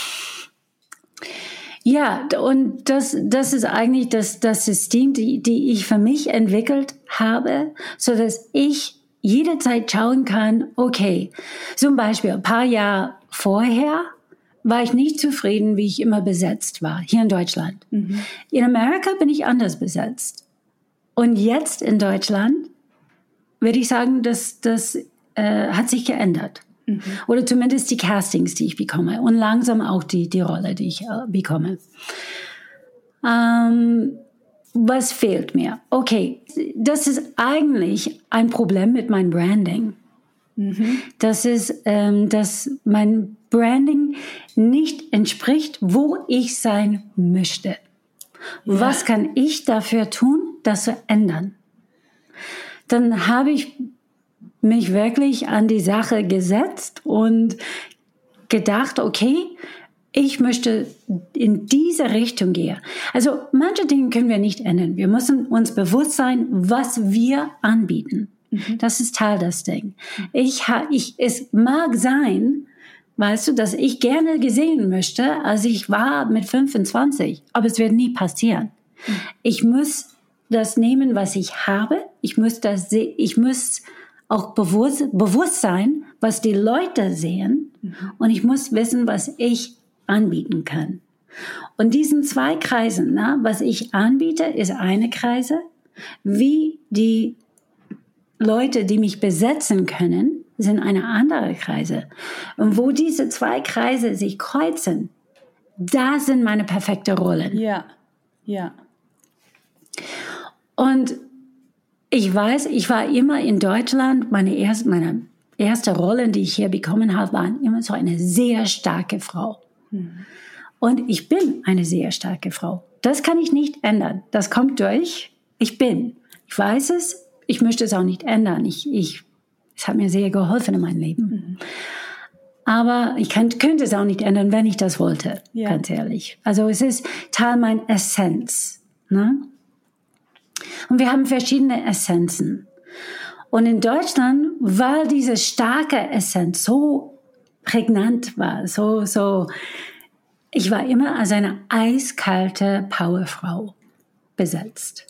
Ja, und das ist eigentlich das System, die ich für mich entwickelt habe, so dass ich jederzeit schauen kann, okay, zum Beispiel ein paar Jahre vorher war ich nicht zufrieden, wie ich immer besetzt war, hier in Deutschland. In Amerika bin ich anders besetzt. Und jetzt in Deutschland würde ich sagen, das hat sich geändert. Oder zumindest die Castings, die ich bekomme. Und langsam auch die Rolle, die ich bekomme. Was fehlt mir? Okay, das ist eigentlich ein Problem mit meinem Branding. Das ist, dass mein Branding nicht entspricht, wo ich sein möchte. Was kann ich dafür tun, das zu ändern? Dann habe ich mich wirklich an die Sache gesetzt und gedacht, okay, ich möchte in diese Richtung gehen. Also manche Dinge können wir nicht ändern. Wir müssen uns bewusst sein, was wir anbieten. Das ist Teil des Ding. Es mag sein, weißt du, dass ich gerne gesehen möchte, als ich war mit 25, aber es wird nie passieren. Ich muss das nehmen, was ich habe. Ich muss auch bewusst sein, was die Leute sehen. Und ich muss wissen, was ich anbieten kann. Und diesen 2 Kreisen, was ich anbiete, ist eine Kreise, wie die Leute, die mich besetzen können, sind eine andere Kreise. Und wo diese zwei Kreise sich kreuzen, da sind meine perfekten Rollen. Ja, ja. Und ich weiß, ich war immer in Deutschland, meine erste Rollen, die ich hier bekommen habe, waren immer so eine sehr starke Frau. Und ich bin eine sehr starke Frau. Das kann ich nicht ändern. Das kommt durch. Ich weiß es. Ich möchte es auch nicht ändern. Es hat mir sehr geholfen in meinem Leben. Aber ich könnte es auch nicht ändern, wenn ich das wollte. Ja. Ganz ehrlich. Also es ist Teil meiner Essenz. Ne? Und wir haben verschiedene Essenzen. Und in Deutschland, weil diese starke Essenz so prägnant war, ich war immer als eine eiskalte Powerfrau besetzt.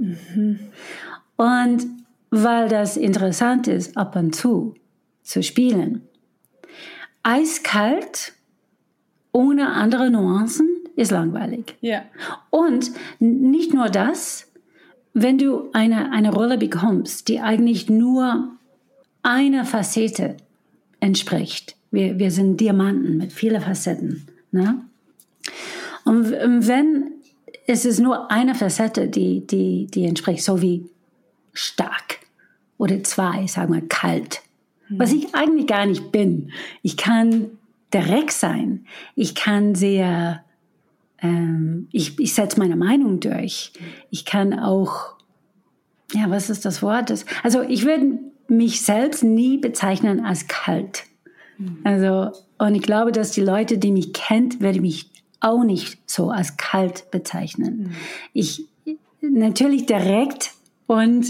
Und weil das interessant ist, ab und zu spielen, eiskalt, ohne andere Nuancen, ist langweilig. Ja. Und nicht nur das, wenn du eine Rolle bekommst, die eigentlich nur einer Facette entspricht. Wir sind Diamanten mit vielen Facetten. Ne? Und wenn es ist nur eine Facette, die entspricht, so wie stark oder zwei, sagen wir kalt, was ich eigentlich gar nicht bin. Ich kann direkt sein. Ich kann sehr ich setze meine Meinung durch. Ich kann auch, ja, was ist das Wort? Also ich würde mich selbst nie bezeichnen als kalt. Also, und ich glaube, dass die Leute, die mich kennen, werden mich auch nicht so als kalt bezeichnen. Ich natürlich direkt und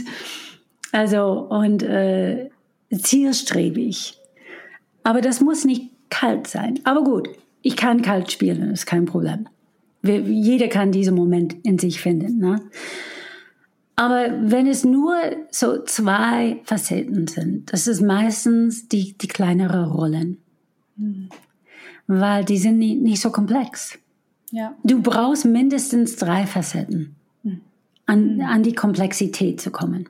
zielstrebig. Aber das muss nicht kalt sein. Aber gut, ich kann kalt spielen, das ist kein Problem. Jeder kann diesen Moment in sich finden. Ne? Aber wenn es nur so zwei Facetten sind, das ist meistens die kleinere Rollen. Weil die sind nicht so komplex. Ja. Du brauchst mindestens 3 Facetten, an die Komplexität zu kommen.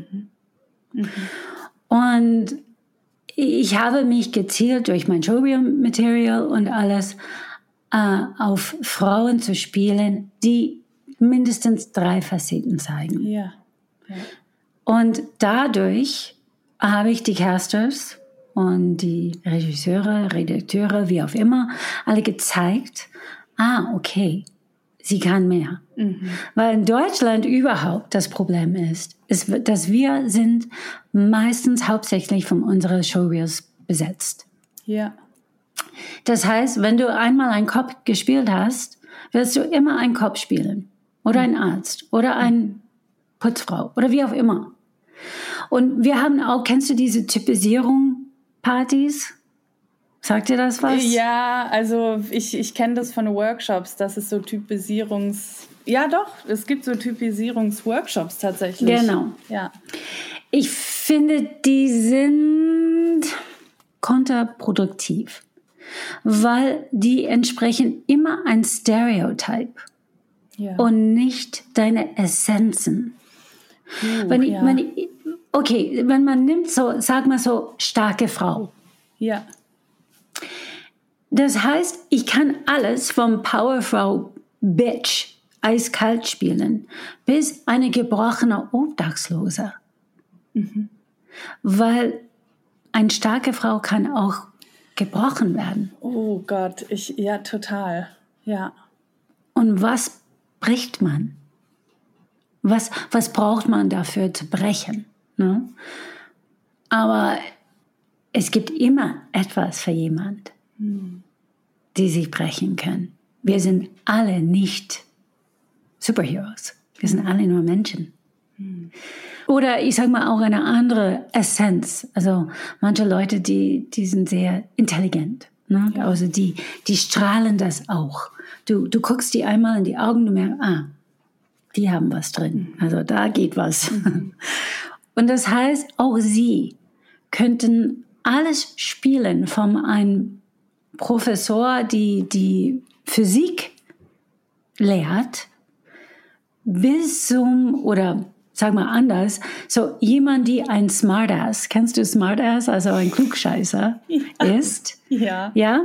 Und ich habe mich gezielt durch mein Showreel-Material und alles auf Frauen zu spielen, die mindestens 3 Facetten zeigen. Ja. Ja. Und dadurch habe ich die Casters und die Regisseure, Redakteure, wie auch immer, alle gezeigt, okay, sie kann mehr. Weil in Deutschland überhaupt das Problem ist, dass wir sind meistens hauptsächlich von unseren Showreels besetzt. Ja. Das heißt, wenn du einmal einen Cop gespielt hast, wirst du immer einen Cop spielen. Oder einen Arzt. Oder eine Putzfrau. Oder wie auch immer. Und wir haben auch, kennst du diese Typisierung-Partys? Sagt dir das was? Ja, also ich kenne das von Workshops, dass es so Ja doch, es gibt so Typisierungsworkshops tatsächlich. Genau. Ja. Ich finde, die sind kontraproduktiv. Weil die entsprechen immer ein Stereotype. Ja. Und nicht deine Essenzen. Wenn man nimmt so, sag mal so, starke Frau. Ja. Das heißt, ich kann alles vom Powerfrau Bitch eiskalt spielen, bis eine gebrochene Obdachlose. Weil eine starke Frau kann auch gebrochen werden. Oh Gott, ja, total. Ja. Und was bricht man? Was braucht man dafür zu brechen? Ne? Aber es gibt immer etwas für jemand, die sich brechen können. Wir sind alle nicht Superheroes. Wir sind alle nur Menschen. Oder ich sage mal auch eine andere Essenz. Also manche Leute, die sind sehr intelligent. Ne? Ja. Also die strahlen das auch. Du guckst die einmal in die Augen und merkst, die haben was drin. Also da geht was. Und das heißt, auch sie könnten alles spielen von einem Professor, die Physik lehrt, bis zum, oder sag mal anders, so jemand, die ein Smartass, kennst du Smartass, also ein Klugscheißer ist? Ja. Ja?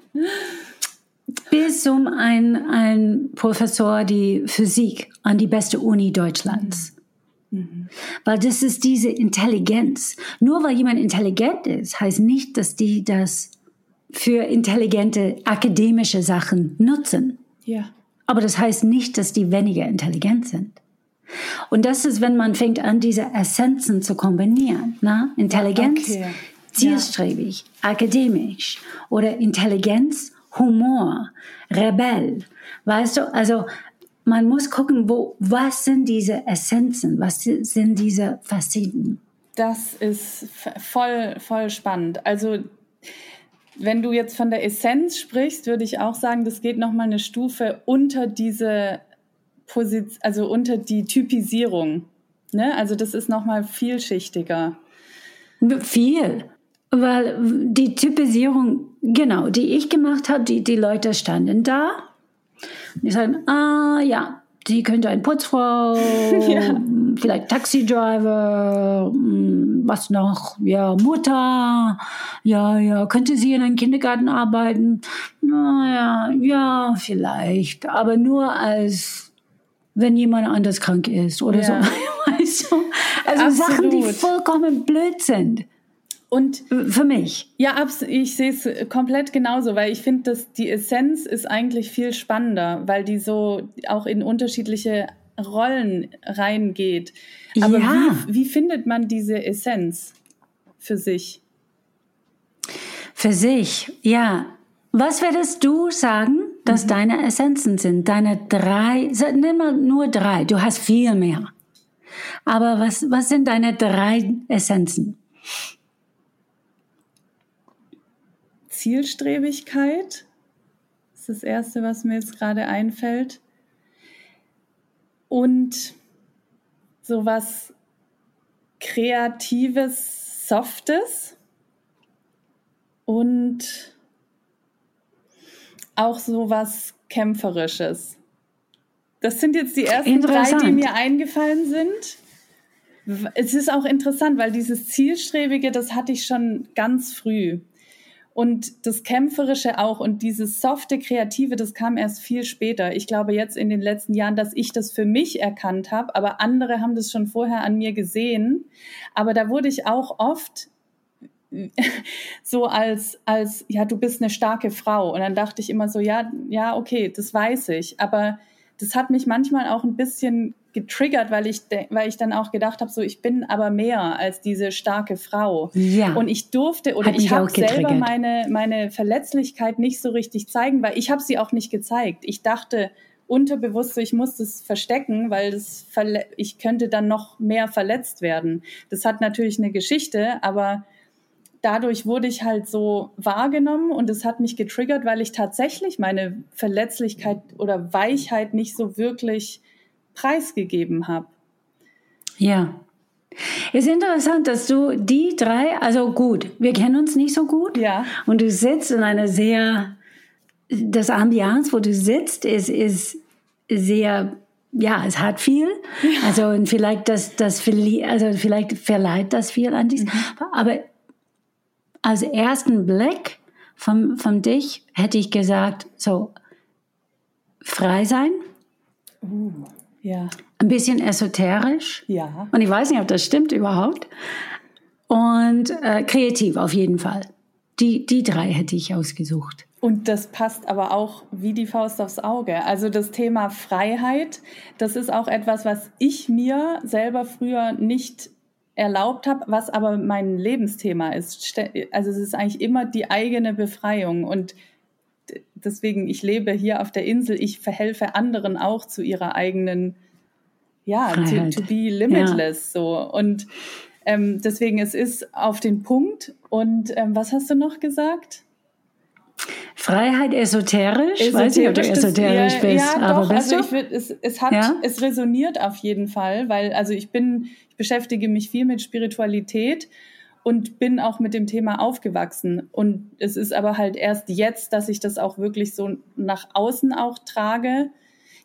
Bis zum ein Professor die Physik an die beste Uni Deutschlands. Weil das ist diese Intelligenz. Nur weil jemand intelligent ist, heißt nicht, dass die das für intelligente akademische Sachen nutzen. Ja. Aber das heißt nicht, dass die weniger intelligent sind. Und das ist, wenn man fängt an, diese Essenzen zu kombinieren. Ne? Intelligenz, Okay. zielstrebig, akademisch oder Intelligenz, Humor, Rebell. Weißt du, also man muss gucken, was sind diese Essenzen, was sind diese Faceten. Das ist voll spannend. Also wenn du jetzt von der Essenz sprichst, würde ich auch sagen, das geht nochmal eine Stufe unter diese Position, also unter die Typisierung. Ne? Also das ist nochmal vielschichtiger. Viel. Weil die Typisierung, genau, die ich gemacht habe, die Leute standen da. Die sagen, ja, sie könnte eine Putzfrau, ja. Vielleicht Taxidriver, was noch, ja, Mutter, ja, könnte sie in einem Kindergarten arbeiten? Ja, vielleicht, aber nur als, wenn jemand anders krank ist oder so, weißt du? Also absolut. Sachen, die vollkommen blöd sind. Und für mich. Ja, ich sehe es komplett genauso, weil ich finde, dass die Essenz ist eigentlich viel spannender, weil die so auch in unterschiedliche Rollen reingeht. Aber wie findet man diese Essenz für sich? Für sich, ja. Was würdest du sagen, dass deine Essenzen sind? Deine 3, nenn mal nur 3, du hast viel mehr. Aber was sind deine 3 Essenzen? Zielstrebigkeit ist das Erste, was mir jetzt gerade einfällt. Und sowas Kreatives, Softes und auch sowas Kämpferisches. Das sind jetzt die ersten 3, die mir eingefallen sind. Es ist auch interessant, weil dieses Zielstrebige, das hatte ich schon ganz früh. Und das Kämpferische auch und dieses softe, Kreative, das kam erst viel später. Ich glaube jetzt in den letzten Jahren, dass ich das für mich erkannt habe, aber andere haben das schon vorher an mir gesehen. Aber da wurde ich auch oft so als ja, du bist eine starke Frau. Und dann dachte ich immer so, ja, okay, das weiß ich. Aber das hat mich manchmal auch ein bisschen getriggert, weil ich dann auch gedacht habe, so ich bin aber mehr als diese starke Frau. Ja. Und ich durfte oder ich habe selber meine Verletzlichkeit nicht so richtig zeigen, weil ich habe sie auch nicht gezeigt. Ich dachte unterbewusst so, ich muss das verstecken, weil ich könnte dann noch mehr verletzt werden. Das hat natürlich eine Geschichte, aber dadurch wurde ich halt so wahrgenommen und es hat mich getriggert, weil ich tatsächlich meine Verletzlichkeit oder Weichheit nicht so wirklich preisgegeben habe. Ja. Es ist interessant, dass du die 3, also gut, wir kennen uns nicht so gut. Ja. Und du sitzt in einer das Ambiance, wo du sitzt, ist sehr, ja, es hat viel. Ja. Also und vielleicht vielleicht verleiht das viel an dich. Aber als ersten Blick von dich hätte ich gesagt, so frei sein. Ja. Ein bisschen esoterisch. Ja. Und ich weiß nicht, ob das stimmt überhaupt. Und kreativ auf jeden Fall. Die 3 hätte ich ausgesucht. Und das passt aber auch wie die Faust aufs Auge. Also das Thema Freiheit, das ist auch etwas, was ich mir selber früher nicht erlaubt habe, was aber mein Lebensthema ist. Also es ist eigentlich immer die eigene Befreiung und deswegen, ich lebe hier auf der Insel, ich verhelfe anderen auch zu ihrer eigenen, to be limitless, so. Und deswegen, es ist auf den Punkt. Und was hast du noch gesagt? Freiheit esoterisch? Ich weiß nicht, ob du esoterisch bist. Ja, aber doch, also es resoniert auf jeden Fall, weil also ich beschäftige mich viel mit Spiritualität und bin auch mit dem Thema aufgewachsen. Und es ist aber halt erst jetzt, dass ich das auch wirklich so nach außen auch trage.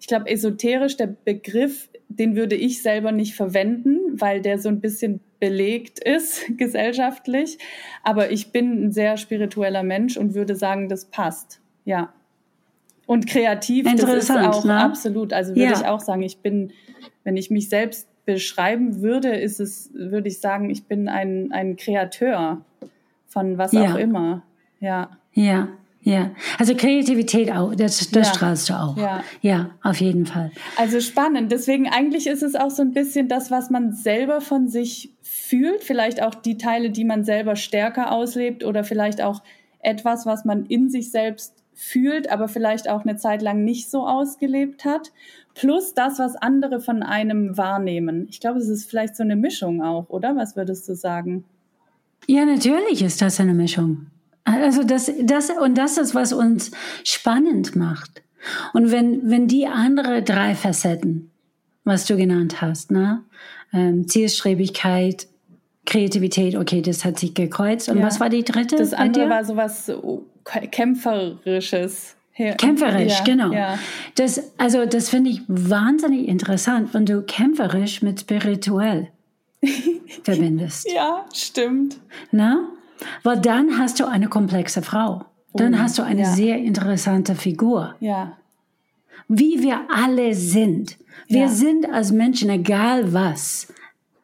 ich glaube, esoterisch, der Begriff, den würde ich selber nicht verwenden, weil der so ein bisschen belegt ist gesellschaftlich. Aber ich bin ein sehr spiritueller Mensch und würde sagen, das passt. Ja. Und kreativ, das ist auch absolut. Also würde ich auch sagen, wenn ich mich selbst beschreiben würde, würde ich sagen, ich bin ein Kreateur von was auch immer. Ja. Ja. Ja, also Kreativität auch, das strahlst du auch. Ja, auf jeden Fall. Also spannend. Deswegen eigentlich ist es auch so ein bisschen das, was man selber von sich fühlt. Vielleicht auch die Teile, die man selber stärker auslebt oder vielleicht auch etwas, was man in sich selbst fühlt, aber vielleicht auch eine Zeit lang nicht so ausgelebt hat. Plus das, was andere von einem wahrnehmen. Ich glaube, es ist vielleicht so eine Mischung auch, oder? Was würdest du sagen? Ja, natürlich ist das eine Mischung. Also das ist, was uns spannend macht. Und wenn die andere 3 Facetten, was du genannt hast, ne? Zielstrebigkeit, Kreativität, okay, das hat sich gekreuzt. Und was war die dritte? Das andere war sowas Kämpferisches. Kämpferisch, genau. Ja. Das finde ich wahnsinnig interessant, wenn du kämpferisch mit spirituell verbindest. Ja, stimmt. Na? Weil dann hast du eine komplexe Frau. Dann hast du eine sehr interessante Figur. Ja. Wie wir alle sind. Wir sind als Menschen, egal was,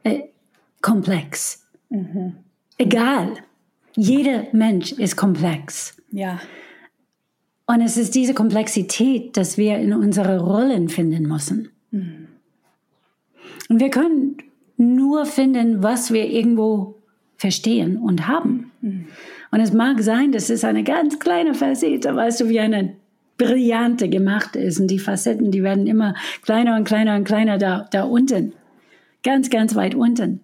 komplex. Mhm. Egal. Jeder Mensch ist komplex. Ja. Und es ist diese Komplexität, dass wir in unsere Rollen finden müssen. Mhm. Und wir können nur finden, was wir irgendwo verstehen und haben. Mhm. Und es mag sein, dass es eine ganz kleine Facette, weißt du, wie eine Brillante gemacht ist. Und die Facetten, die werden immer kleiner und kleiner und kleiner da unten. Ganz, ganz weit unten.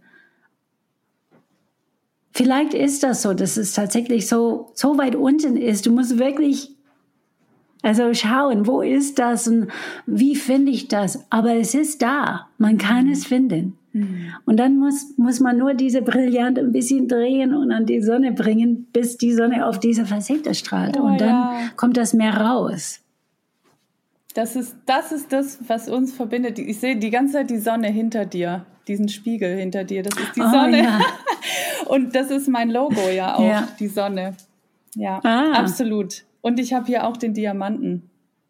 Vielleicht ist das so, dass es tatsächlich so weit unten ist. Du musst wirklich schauen, wo ist das und wie finde ich das? Aber es ist da. Man kann es finden. Und dann muss man nur diese Brillante ein bisschen drehen und an die Sonne bringen, bis die Sonne auf diese Facette strahlt. Und dann kommt das mehr raus. Das ist das, was uns verbindet. Ich sehe die ganze Zeit die Sonne hinter dir, diesen Spiegel hinter dir. Das ist die Sonne. Ja. Und das ist mein Logo auch, die Sonne. Ja, absolut. Und ich habe hier auch den Diamanten.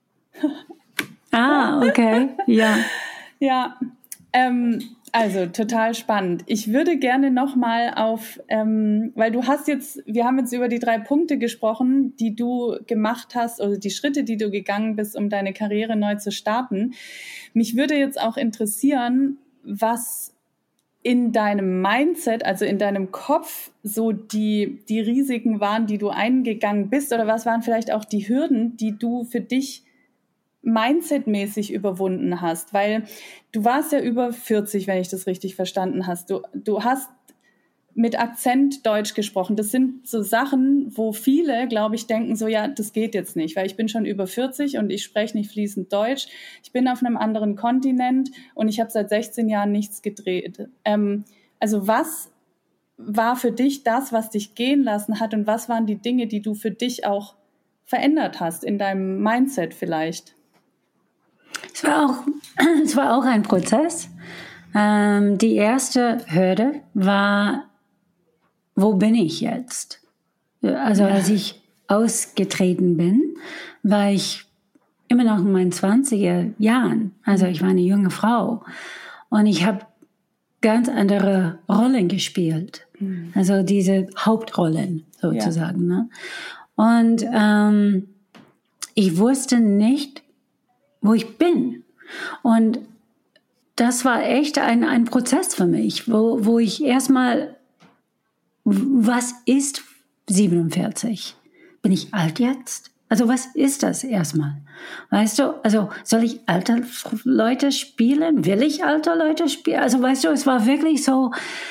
Okay. Ja. Ja. Also total spannend. Ich würde gerne nochmal weil wir haben jetzt über die 3 Punkte gesprochen, die du gemacht hast, oder die Schritte, die du gegangen bist, um deine Karriere neu zu starten. Mich würde jetzt auch interessieren, was in deinem Mindset, also in deinem Kopf, so die Risiken waren, die du eingegangen bist, oder was waren vielleicht auch die Hürden, die du für dich mindsetmäßig überwunden hast, weil du warst ja über 40, wenn ich das richtig verstanden hast. Du hast mit Akzent Deutsch gesprochen. Das sind so Sachen, wo viele, glaube ich, denken so, ja, das geht jetzt nicht, weil ich bin schon über 40 und ich spreche nicht fließend Deutsch. Ich bin auf einem anderen Kontinent und ich habe seit 16 Jahren nichts gedreht. Also was war für dich das, was dich gehen lassen hat, und was waren die Dinge, die du für dich auch verändert hast in deinem Mindset vielleicht? Es war auch ein Prozess. Die erste Hürde war, wo bin ich jetzt? Also als ich ausgetreten bin, war ich immer noch in meinen 20er Jahren. Also ich war eine junge Frau und ich habe ganz andere Rollen gespielt. Also diese Hauptrollen sozusagen. Ja. Ne? Und ich wusste nicht, wo ich bin. Und das war echt ein Prozess für mich, wo ich erstmal, was ist 47? Bin ich alt jetzt? Also was ist das erstmal? Weißt du, also soll ich alte Leute spielen? Will ich alte Leute spielen? Also weißt du, es war wirklich so.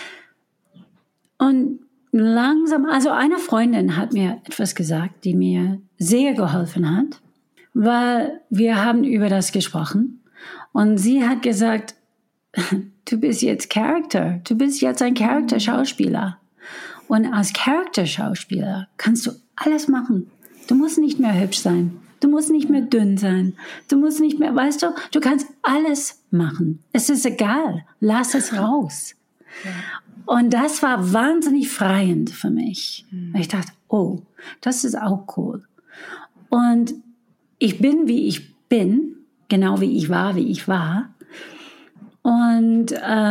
Und langsam, also eine Freundin hat mir etwas gesagt, die mir sehr geholfen hat, weil wir haben über das gesprochen und sie hat gesagt, du bist jetzt Charakter, du bist jetzt ein Charakterschauspieler und als Charakterschauspieler kannst du alles machen. Du musst nicht mehr hübsch sein, Du musst nicht mehr dünn sein. Du musst nicht mehr, weißt du, du kannst alles machen. Es ist egal. Lass es raus. Ja. Und das war wahnsinnig befreiend für mich. Ich dachte, oh, das ist auch cool. Und ich bin, wie ich bin, genau wie ich war. Und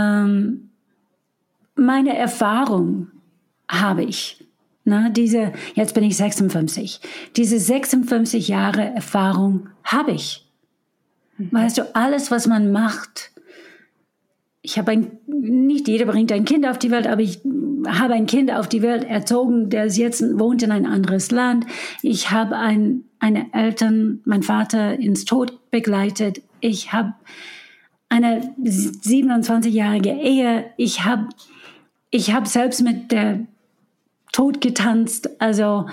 meine Erfahrung habe ich. Jetzt bin ich 56. Diese 56 Jahre Erfahrung habe ich. Weißt du, alles, was man macht, nicht jeder bringt ein Kind auf die Welt, aber ich habe ein Kind auf die Welt erzogen, der jetzt wohnt in ein anderes Land. Ich habe eine Eltern, mein Vater ins Tod begleitet. Ich habe eine 27-jährige Ehe. Ich habe selbst mit der Tod getanzt. Also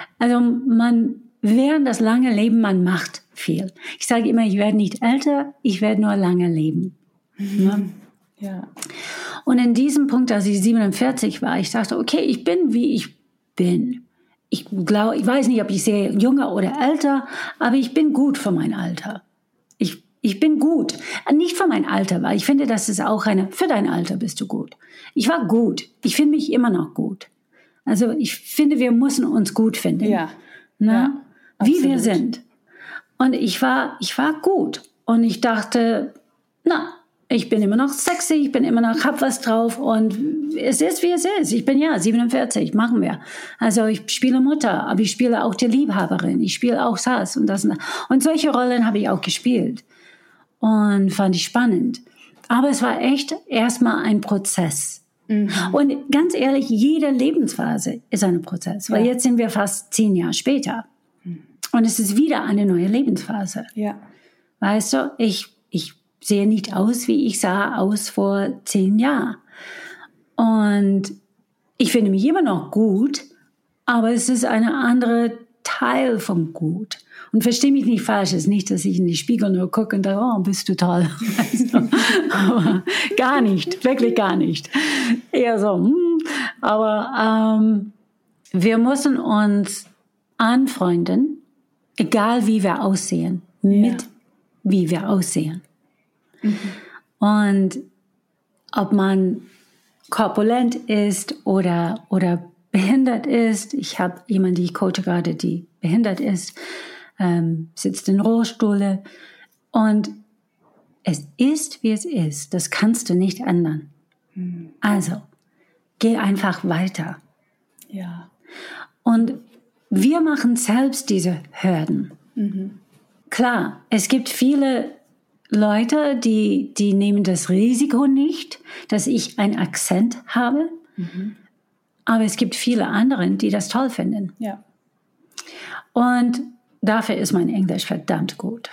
während das lange Leben, man macht viel. Ich sage immer, ich werde nicht älter, ich werde nur lange leben. Ne? Ja. Und in diesem Punkt, als ich 47 war, ich dachte, okay, ich bin, wie ich bin. Ich weiß nicht, ob ich sehr jünger oder älter, aber ich bin gut für mein Alter. Ich bin gut. Nicht für mein Alter, weil ich finde, das ist auch für dein Alter bist du gut. Ich war gut. Ich finde mich immer noch gut. Also ich finde, wir müssen uns gut finden. Ja. Ja, wie wir sind. Und ich war gut. Und ich dachte, ich bin immer noch sexy, ich bin immer noch, hab was drauf und es ist, wie es ist. Ich bin 47, machen wir. Also ich spiele Mutter, aber ich spiele auch die Liebhaberin. Ich spiele auch das und das. Und solche Rollen habe ich auch gespielt. Und fand ich spannend. Aber es war echt erstmal ein Prozess. Mhm. Und ganz ehrlich, jede Lebensphase ist ein Prozess. Weil jetzt sind wir fast 10 Jahre später. Und es ist wieder eine neue Lebensphase. Ja. Weißt du, ich sehe nicht aus, wie ich sah aus vor 10 Jahren. Und ich finde mich immer noch gut, aber es ist eine andere Teil vom Gut. Und verstehe mich nicht falsch, es ist nicht, dass ich in die Spiegel nur gucke und denke, oh, bist du toll. Aber gar nicht, wirklich gar nicht. Eher so, aber wir müssen uns anfreunden, egal wie wir aussehen, mit wie wir aussehen. Mhm. Und ob man korpulent ist oder behindert ist. Ich habe jemanden, die ich coache gerade, die behindert ist, sitzt in Rollstuhl. Und es ist, wie es ist. Das kannst du nicht ändern. Mhm. Also, geh einfach weiter. Ja. Und wir machen selbst diese Hürden. Mhm. Klar, es gibt viele Leute, die nehmen das Risiko nicht, dass ich einen Akzent habe. Mhm. Aber es gibt viele andere, die das toll finden. Ja. Und dafür ist mein Englisch verdammt gut.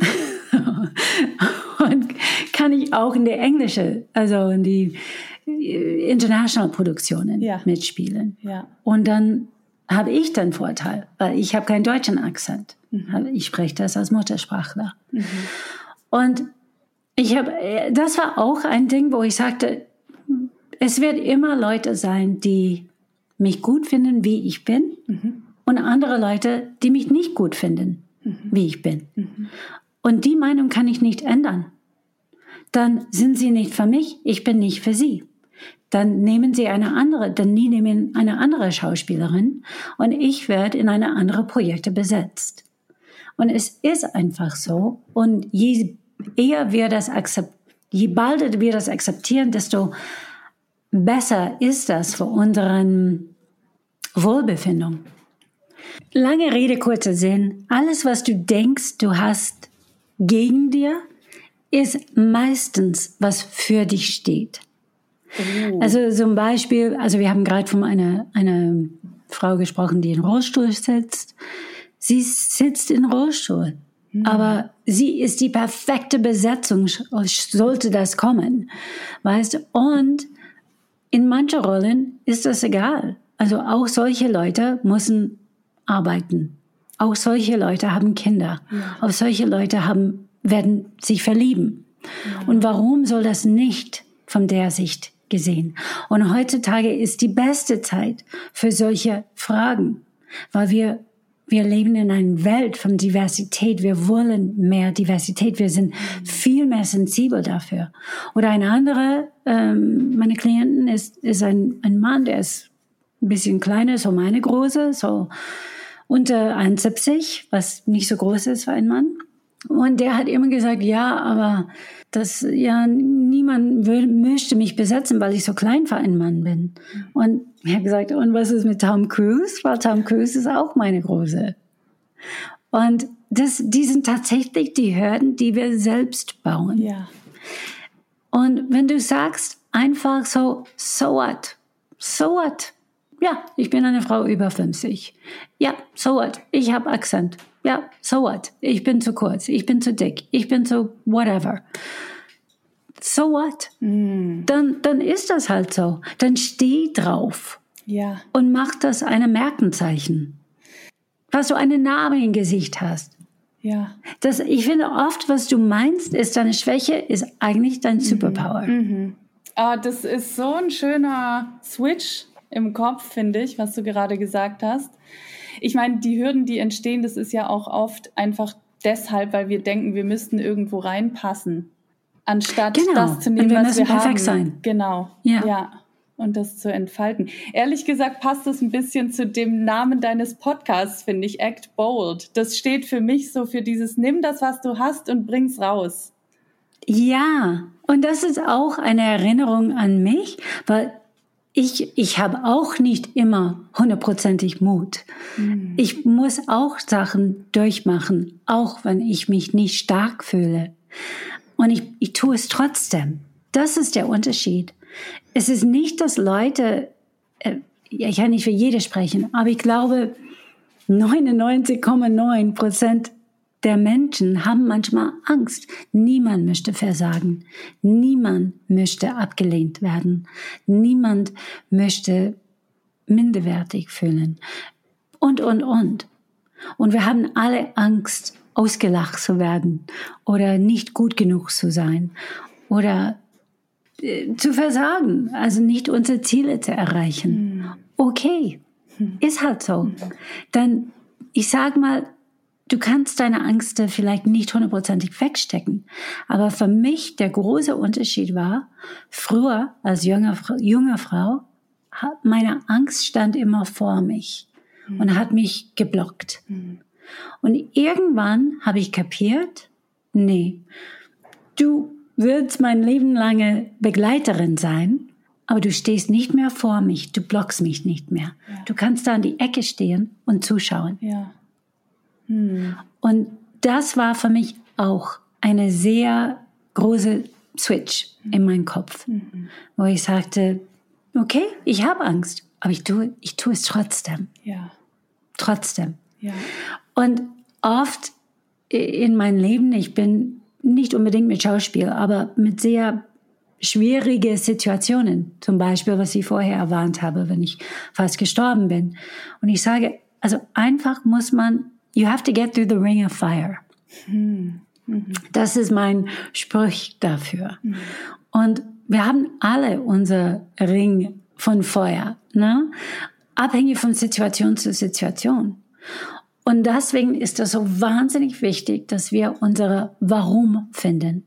Und kann ich auch in der englische, also in die international Produktionen mitspielen. Ja. Und dann habe ich den Vorteil, weil ich habe keinen deutschen Akzent. Mhm. Ich spreche das als Muttersprachler. Mhm. Und das war auch ein Ding, wo ich sagte, es wird immer Leute sein, die mich gut finden, wie ich bin, und andere Leute, die mich nicht gut finden, wie ich bin. Mhm. Und die Meinung kann ich nicht ändern. Dann sind sie nicht für mich, ich bin nicht für sie. Dann nehmen sie die nehmen eine andere Schauspielerin und ich werde in eine andere Projekte besetzt. Und es ist einfach so. Und je balder wir das akzeptieren, desto besser ist das für unseren Wohlbefinden. Lange Rede, kurzer Sinn. Alles, was du denkst, du hast gegen dir, ist meistens, was für dich steht. Oh. Also zum Beispiel, wir haben gerade von einer Frau gesprochen, die in Rollstuhl sitzt. Sie sitzt in Rollstuhl, aber sie ist die perfekte Besetzung, sollte das kommen, weißt du? Und in manchen Rollen ist das egal. Also auch solche Leute müssen arbeiten. Auch solche Leute haben Kinder. Ja. Auch solche Leute werden sich verlieben. Ja. Und warum soll das nicht von der Sicht gesehen? Und heutzutage ist die beste Zeit für solche Fragen, weil wir wir leben in einer Welt von Diversität. Wir wollen mehr Diversität. Wir sind viel mehr sensibel dafür. Oder eine andere, meine Klienten ist ein Mann, der ist ein bisschen kleiner, so meine Größe, so unter 1,70, was nicht so groß ist für einen Mann. Und der hat immer gesagt, ja, aber niemand möchte mich besetzen, weil ich so klein für einen Mann bin. Und ich habe gesagt, und was ist mit Tom Cruise? Weil Tom Cruise ist auch meine Größe. Und die sind tatsächlich die Hürden, die wir selbst bauen. Ja. Und wenn du sagst einfach so what? So what? Ja, ich bin eine Frau über 50. Ja, so what? Ich habe Akzent. Ja, so what? Ich bin zu kurz, ich bin zu dick, ich bin zu whatever. So what? Dann ist das halt so. Dann steh drauf. Ja. Und mach das ein Merkenzeichen. Was du eine Narbe im Gesicht hast. Ja. Ich finde oft, was du meinst, ist deine Schwäche, ist eigentlich dein Superpower. Das ist so ein schöner Switch im Kopf, finde ich, was du gerade gesagt hast. Ich meine, die Hürden, die entstehen, das ist ja auch oft einfach deshalb, weil wir denken, wir müssten irgendwo reinpassen, anstatt das zu nehmen, was wir haben. Perfekt sein. Genau, ja. Und das zu entfalten. Ehrlich gesagt passt das ein bisschen zu dem Namen deines Podcasts, finde ich, Act Bold. Das steht für mich so für dieses, nimm das, was du hast und bring's raus. Ja, und das ist auch eine Erinnerung an mich, weil ich habe auch nicht immer 100%ig Mut. Ich muss auch Sachen durchmachen, auch wenn ich mich nicht stark fühle. Und ich tue es trotzdem. Das ist der Unterschied. Es ist nicht, dass Leute, ich kann nicht für jede sprechen, aber ich glaube, 99,9% der Menschen haben manchmal Angst. Niemand möchte versagen. Niemand möchte abgelehnt werden. Niemand möchte minderwertig fühlen. Und. Und wir haben alle Angst, ausgelacht zu werden oder nicht gut genug zu sein oder zu versagen, also nicht unsere Ziele zu erreichen. Okay, ist halt so. Dann, ich sag mal, du kannst deine Angst vielleicht nicht 100%ig wegstecken. Aber für mich der große Unterschied war, früher als junge Frau, meine Angst stand immer vor mich und hat mich geblockt. Und irgendwann habe ich kapiert, nee, du willst mein Leben lange Begleiterin sein, aber du stehst nicht mehr vor mich, du blockst mich nicht mehr. Ja. Du kannst da an die Ecke stehen und zuschauen. Ja. Und das war für mich auch eine sehr große Switch in meinem Kopf, wo ich sagte, okay, ich habe Angst, aber ich tue es trotzdem. Ja. Trotzdem. Ja. Und oft in meinem Leben, ich bin nicht unbedingt mit Schauspiel, aber mit sehr schwierige Situationen. Zum Beispiel, was ich vorher erwähnt habe, wenn ich fast gestorben bin. Und ich sage, also einfach muss man, you have to get through the ring of fire. Das ist mein Spruch dafür. Und wir haben alle unser Ring von Feuer, ne? Abhängig von Situation zu Situation. Und deswegen ist es so wahnsinnig wichtig, dass wir unsere Warum finden.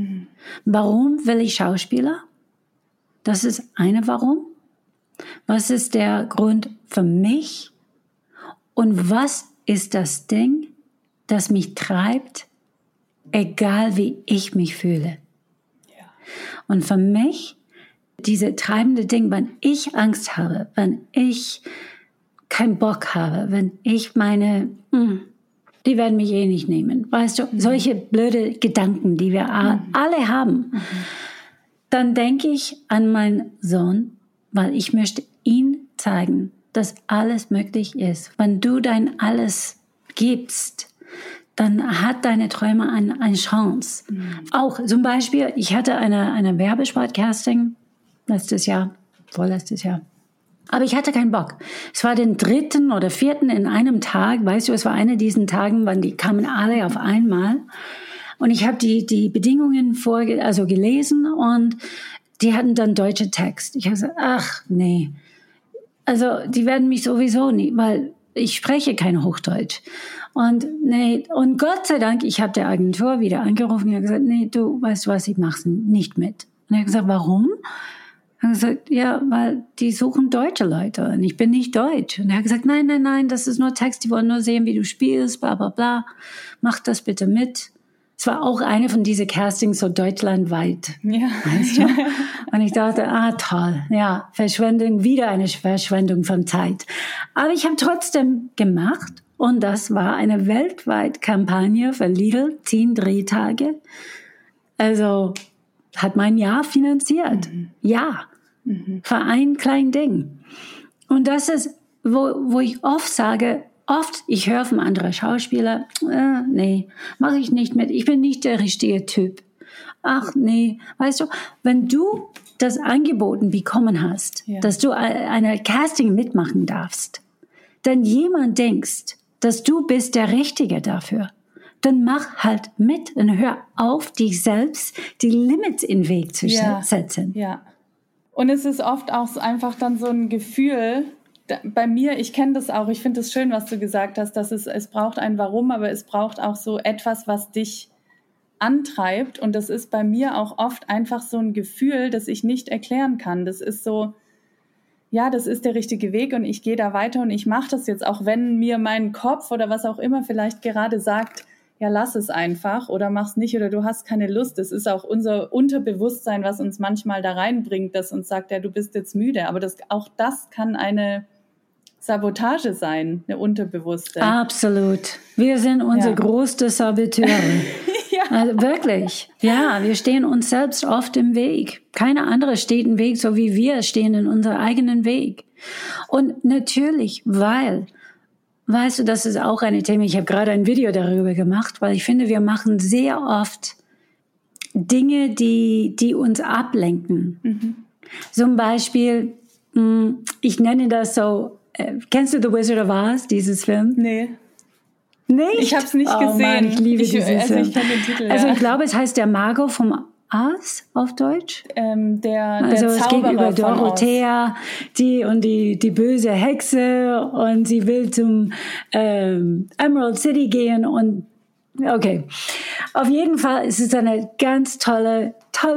Warum will ich Schauspieler? Das ist eine Warum. Was ist der Grund für mich? Und was ist das Ding, das mich treibt, egal wie ich mich fühle? Ja. Und für mich, diese treibende Ding, wenn ich Angst habe, wenn ich keinen Bock habe, wenn ich meine, die werden mich eh nicht nehmen. Weißt du, solche blöde Gedanken, die wir alle haben. Dann denke ich an meinen Sohn, weil ich möchte ihn zeigen, dass alles möglich ist. Wenn du dein Alles gibst, dann hat deine Träume eine Chance. Auch zum Beispiel, ich hatte eine Werbespot-Casting vorletztes Jahr. Aber ich hatte keinen Bock. Es war den 3. oder 4. in einem Tag. Weißt du, es war einer diesen Tagen, wann die kamen alle auf einmal. Und ich habe die Bedingungen gelesen und die hatten dann deutsche Text. Ich habe gesagt, ach nee. Also die werden mich sowieso nie, weil ich spreche kein Hochdeutsch. Und Gott sei Dank, ich habe der Agentur wieder angerufen und gesagt, nee, du weißt was, ich mache nicht mit. Und er hat gesagt, warum? Er hat gesagt, ja, weil die suchen deutsche Leute und ich bin nicht deutsch. Und er hat gesagt, nein, das ist nur Text, die wollen nur sehen, wie du spielst, bla bla bla. Mach das bitte mit. Es war auch eine von diesen Castings so deutschlandweit. Ja. Weißt du? Und ich dachte, toll, ja, wieder eine Verschwendung von Zeit. Aber ich habe trotzdem gemacht und das war eine weltweite Kampagne für Lidl, 10 Drehtage. Also hat mein Jahr finanziert. Ja, für ein kleines Ding. Und das ist, wo ich oft sage, ich höre von anderen Schauspielern, nee, mache ich nicht mit, ich bin nicht der richtige Typ. Ach nee, weißt du, wenn du das angeboten bekommen hast, dass du eine Casting mitmachen darfst, dann jemand denkst, dass du bist der Richtige dafür, dann mach halt mit und hör auf, dich selbst die Limits in den Weg zu setzen. Ja. Und es ist oft auch einfach dann so ein Gefühl, bei mir, ich kenne das auch, ich finde es schön, was du gesagt hast, dass es braucht ein Warum, aber es braucht auch so etwas, was dich antreibt. Und das ist bei mir auch oft einfach so ein Gefühl, das ich nicht erklären kann. Das ist so, ja, das ist der richtige Weg und ich gehe da weiter und ich mache das jetzt, auch wenn mir mein Kopf oder was auch immer vielleicht gerade sagt, ja, lass es einfach oder mach's nicht oder du hast keine Lust. Das ist auch unser Unterbewusstsein, was uns manchmal da reinbringt, das uns sagt, ja, du bist jetzt müde. Aber auch das kann eine Sabotage sein, eine unterbewusste. Absolut. Wir sind unsere größte Saboteure. Also wirklich. Ja, wir stehen uns selbst oft im Weg. Keiner andere steht im Weg, so wie wir stehen in unserem eigenen Weg. Und natürlich, weißt du, das ist auch ein Thema, ich habe gerade ein Video darüber gemacht, weil ich finde, wir machen sehr oft Dinge, die uns ablenken. Zum Beispiel, ich nenne das so, kennst du The Wizard of Oz, dieses Film? Nee. Nicht? Ich habe es nicht gesehen. Mann, ich liebe diesen Film. Ich kenne den Titel, Also ich glaube, es heißt der Mago vom Oz auf Deutsch. Der es geht über von Dorothea, die böse Hexe und sie will zum Emerald City gehen und okay. Auf jeden Fall ist es eine ganz tolle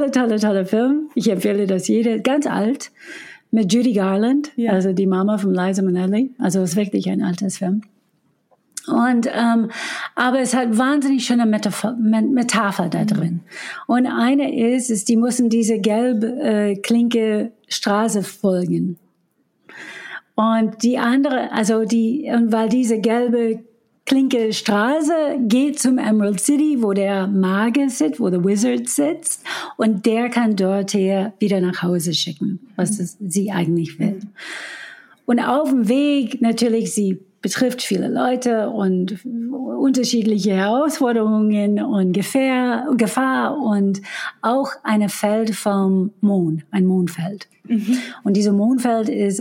Film. Ich empfehle das jeder, ganz alt, mit Judy Garland, also die Mama von Liza Minnelli. Also es ist wirklich ein altes Film. Und aber es hat wahnsinnig schöne Metapher da drin. Und eine ist, die müssen diese gelbe Klinke Straße folgen. Und die andere, weil diese gelbe Klinke Straße geht zum Emerald City, wo der Magier sitzt, wo der Wizard sitzt, und der kann Dorothea wieder nach Hause schicken, was sie eigentlich will. Und auf dem Weg natürlich, sie betrifft viele Leute und unterschiedliche Herausforderungen und Gefahr und auch ein Feld vom Mond, ein Mondfeld. Und dieses Mondfeld ist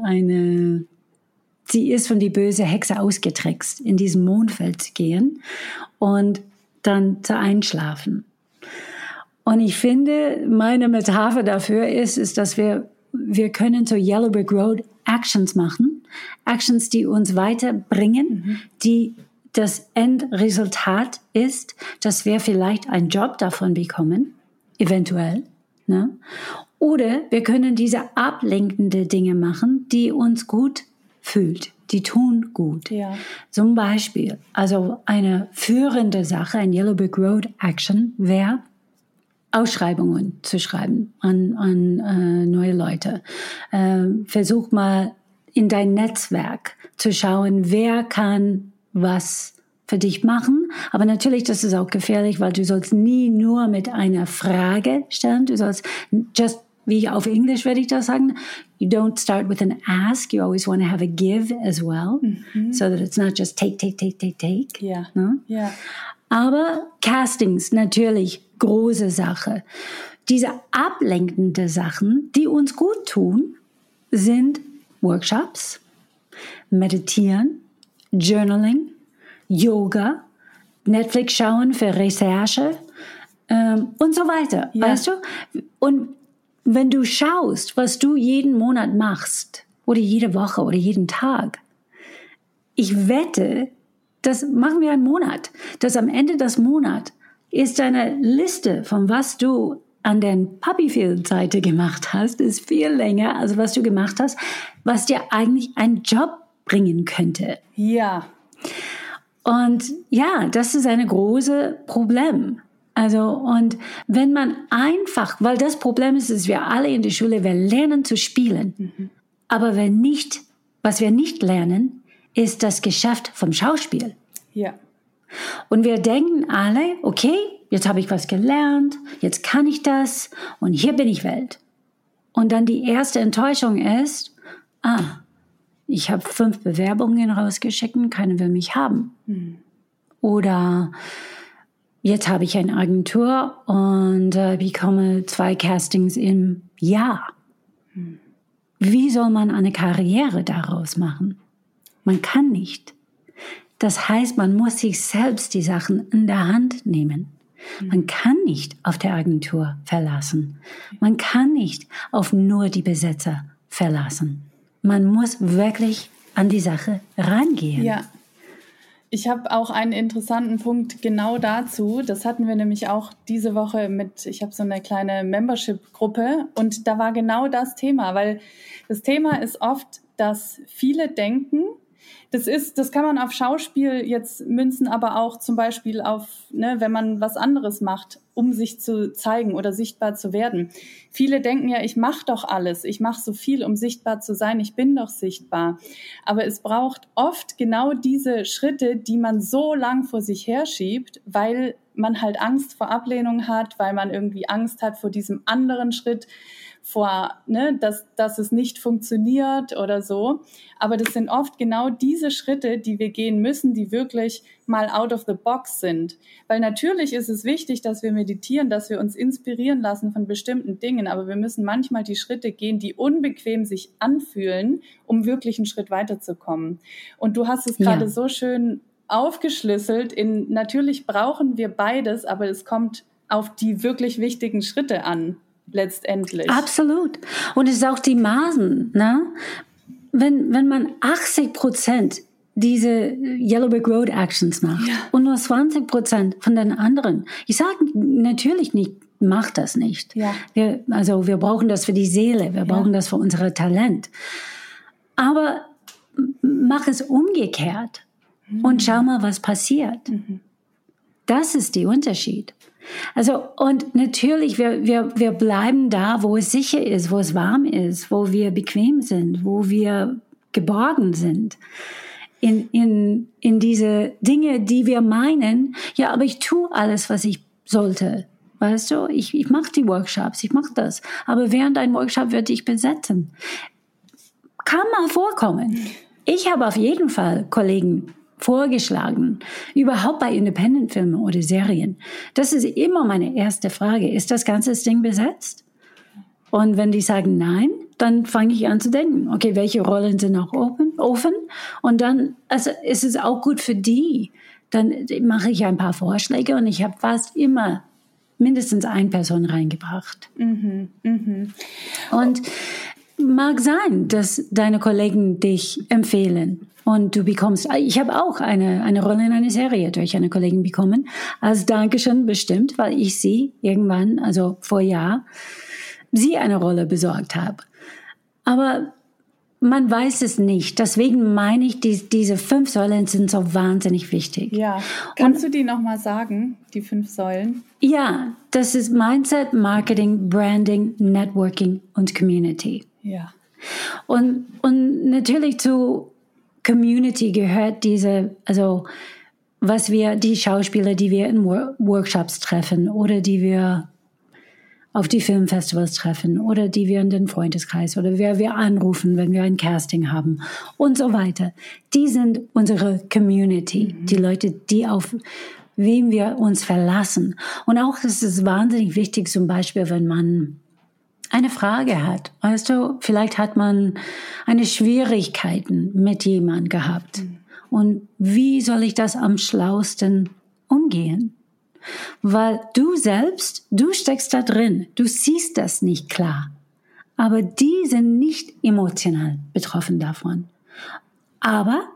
sie ist von die böse Hexe ausgetrickst, in diesem Mondfeld zu gehen und dann zu einschlafen. Und ich finde, meine Metapher dafür ist, dass wir können so Yellow Brick Road Actions machen, Actions, die uns weiterbringen, die das Endresultat ist, dass wir vielleicht einen Job davon bekommen, eventuell, ne? Oder wir können diese ablenkende Dinge machen, die uns gut fühlt, die tun gut. Ja. Zum Beispiel, also eine führende Sache, ein Yellow Brick Road Action wäre, Ausschreibungen zu schreiben an neue Leute. Versuch mal in dein Netzwerk zu schauen, wer kann was für dich machen. Aber natürlich, das ist auch gefährlich, weil du sollst nie nur mit einer Frage stellen. Du sollst wie auf Englisch werde ich das sagen, you don't start with an ask, you always want to have a give as well, so that it's not just take. Yeah. Ne? Yeah. Aber Castings, natürlich, große Sache. Diese ablenkenden Sachen, die uns gut tun, sind Workshops, Meditieren, Journaling, Yoga, Netflix schauen für Recherche und so weiter, weißt du? Und wenn du schaust, was du jeden Monat machst oder jede Woche oder jeden Tag, ich wette, das machen wir einen Monat, dass am Ende des Monats ist deine Liste von was du an der Puppyfield-Seite gemacht hast, ist viel länger, als was du gemacht hast, was dir eigentlich einen Job bringen könnte. Ja. Und ja, das ist ein großes Problem. Also, und wenn man einfach, weil das Problem ist, dass wir alle in der Schule, wir lernen zu spielen. Aber was wir nicht lernen, ist das Geschäft vom Schauspiel. Ja. Und wir denken alle, okay, jetzt habe ich was gelernt, jetzt kann ich das und hier bin ich Welt. Und dann die erste Enttäuschung ist, ich habe 5 Bewerbungen rausgeschickt, keiner will mich haben. Oder jetzt habe ich eine Agentur und bekomme 2 Castings im Jahr. Wie soll man eine Karriere daraus machen? Man kann nicht. Das heißt, man muss sich selbst die Sachen in der Hand nehmen. Man kann nicht auf der Agentur verlassen. Man kann nicht auf nur die Besetzer verlassen. Man muss wirklich an die Sache rangehen. Ja. Ich habe auch einen interessanten Punkt genau dazu. Das hatten wir nämlich auch diese Woche ich habe so eine kleine Membership-Gruppe und da war genau das Thema, weil das Thema ist oft, dass viele denken, das kann man auf Schauspiel jetzt münzen, aber auch zum Beispiel auf, wenn man was anderes macht, um sich zu zeigen oder sichtbar zu werden. Viele denken ja, ich mache doch alles, ich mache so viel, um sichtbar zu sein, ich bin doch sichtbar. Aber es braucht oft genau diese Schritte, die man so lang vor sich herschiebt, weil man halt Angst vor Ablehnung hat, weil man irgendwie Angst hat vor diesem anderen Schritt, dass es nicht funktioniert oder so. Aber das sind oft genau diese Schritte, die wir gehen müssen, die wirklich mal out of the box sind. Weil natürlich ist es wichtig, dass wir meditieren, dass wir uns inspirieren lassen von bestimmten Dingen, aber wir müssen manchmal die Schritte gehen, die unbequem sich anfühlen, um wirklich einen Schritt weiterzukommen. Und du hast es gerade so schön aufgeschlüsselt natürlich brauchen wir beides, aber es kommt auf die wirklich wichtigen Schritte an. Letztendlich. Absolut. Und es ist auch die Maßen, ne? Wenn man 80% diese Yellow Brick Road Actions macht und nur 20% von den anderen. Ich sage natürlich nicht, mach das nicht. Ja. Wir brauchen das für die Seele, wir brauchen das für unser Talent. Aber mach es umgekehrt und schau mal, was passiert. Das ist der Unterschied. Also, und natürlich, wir bleiben da, wo es sicher ist, wo es warm ist, wo wir bequem sind, wo wir geborgen sind. In diese Dinge, die wir meinen, ja, aber ich tue alles, was ich sollte. Weißt du, ich mache die Workshops, ich mache das. Aber während ein Workshop werde ich besetzen. Kann mal vorkommen. Ich habe auf jeden Fall Kollegen vorgeschlagen, überhaupt bei Independent-Filmen oder Serien. Das ist immer meine erste Frage. Ist das ganze Ding besetzt? Und wenn die sagen nein, dann fange ich an zu denken, okay, welche Rollen sind noch offen? Und dann ist es auch gut für die. Dann mache ich ein paar Vorschläge und ich habe fast immer mindestens eine Person reingebracht. Und mag sein, dass deine Kollegen dich empfehlen. Und du bekommst, ich habe auch eine Rolle in einer Serie durch eine Kollegin bekommen, als Dankeschön bestimmt, weil ich sie irgendwann, also vor Jahr, sie eine Rolle besorgt habe. Aber man weiß es nicht. Deswegen meine ich, diese 5 Säulen sind so wahnsinnig wichtig. Ja. Kannst du die nochmal sagen, die 5 Säulen? Ja, das ist Mindset, Marketing, Branding, Networking und Community. Ja. Und natürlich zu Community gehört die Schauspieler, die wir in Workshops treffen oder die wir auf die Filmfestivals treffen oder die wir in den Freundeskreis oder wer wir anrufen, wenn wir ein Casting haben und so weiter. Die sind unsere Community, die Leute, auf wem wir uns verlassen. Und auch ist es wahnsinnig wichtig, zum Beispiel, wenn man eine Frage hat. Weißt du, vielleicht hat man eine Schwierigkeiten mit jemandem gehabt. Und wie soll ich das am schlausten umgehen? Weil du steckst da drin. Du siehst das nicht klar. Aber die sind nicht emotional betroffen davon. Aber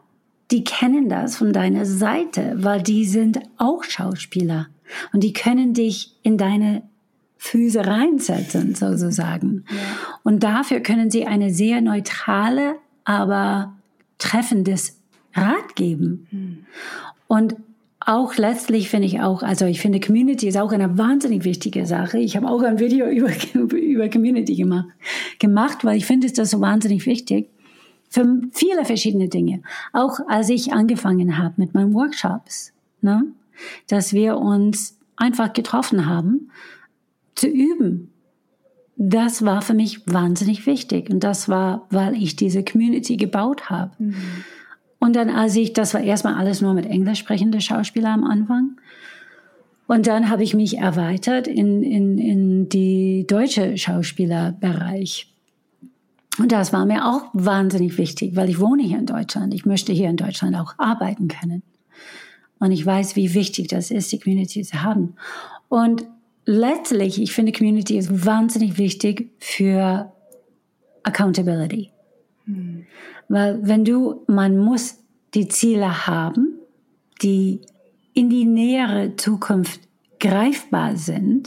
die kennen das von deiner Seite, weil die sind auch Schauspieler und die können dich in deine Füße reinsetzen, sozusagen. Ja. Und dafür können sie eine sehr neutrale, aber treffendes Rat geben. Und auch letztlich finde ich auch, also ich finde Community ist auch eine wahnsinnig wichtige Sache. Ich habe auch ein Video über Community gemacht, weil ich finde das so wahnsinnig wichtig für viele verschiedene Dinge. Auch als ich angefangen habe mit meinen Workshops, ne, dass wir uns einfach getroffen haben, zu üben. Das war für mich wahnsinnig wichtig. Und das war, weil ich diese Community gebaut habe. Mhm. Und dann, das war erstmal alles nur mit englisch sprechenden Schauspielern am Anfang. Und dann habe ich mich erweitert in die deutsche Schauspielerbereich. Und das war mir auch wahnsinnig wichtig, weil ich wohne hier in Deutschland. Ich möchte hier in Deutschland auch arbeiten können. Und ich weiß, wie wichtig das ist, die Community zu haben. Und letztlich, ich finde, Community ist wahnsinnig wichtig für Accountability. Mhm. Weil man muss die Ziele haben, die in die nähere Zukunft greifbar sind.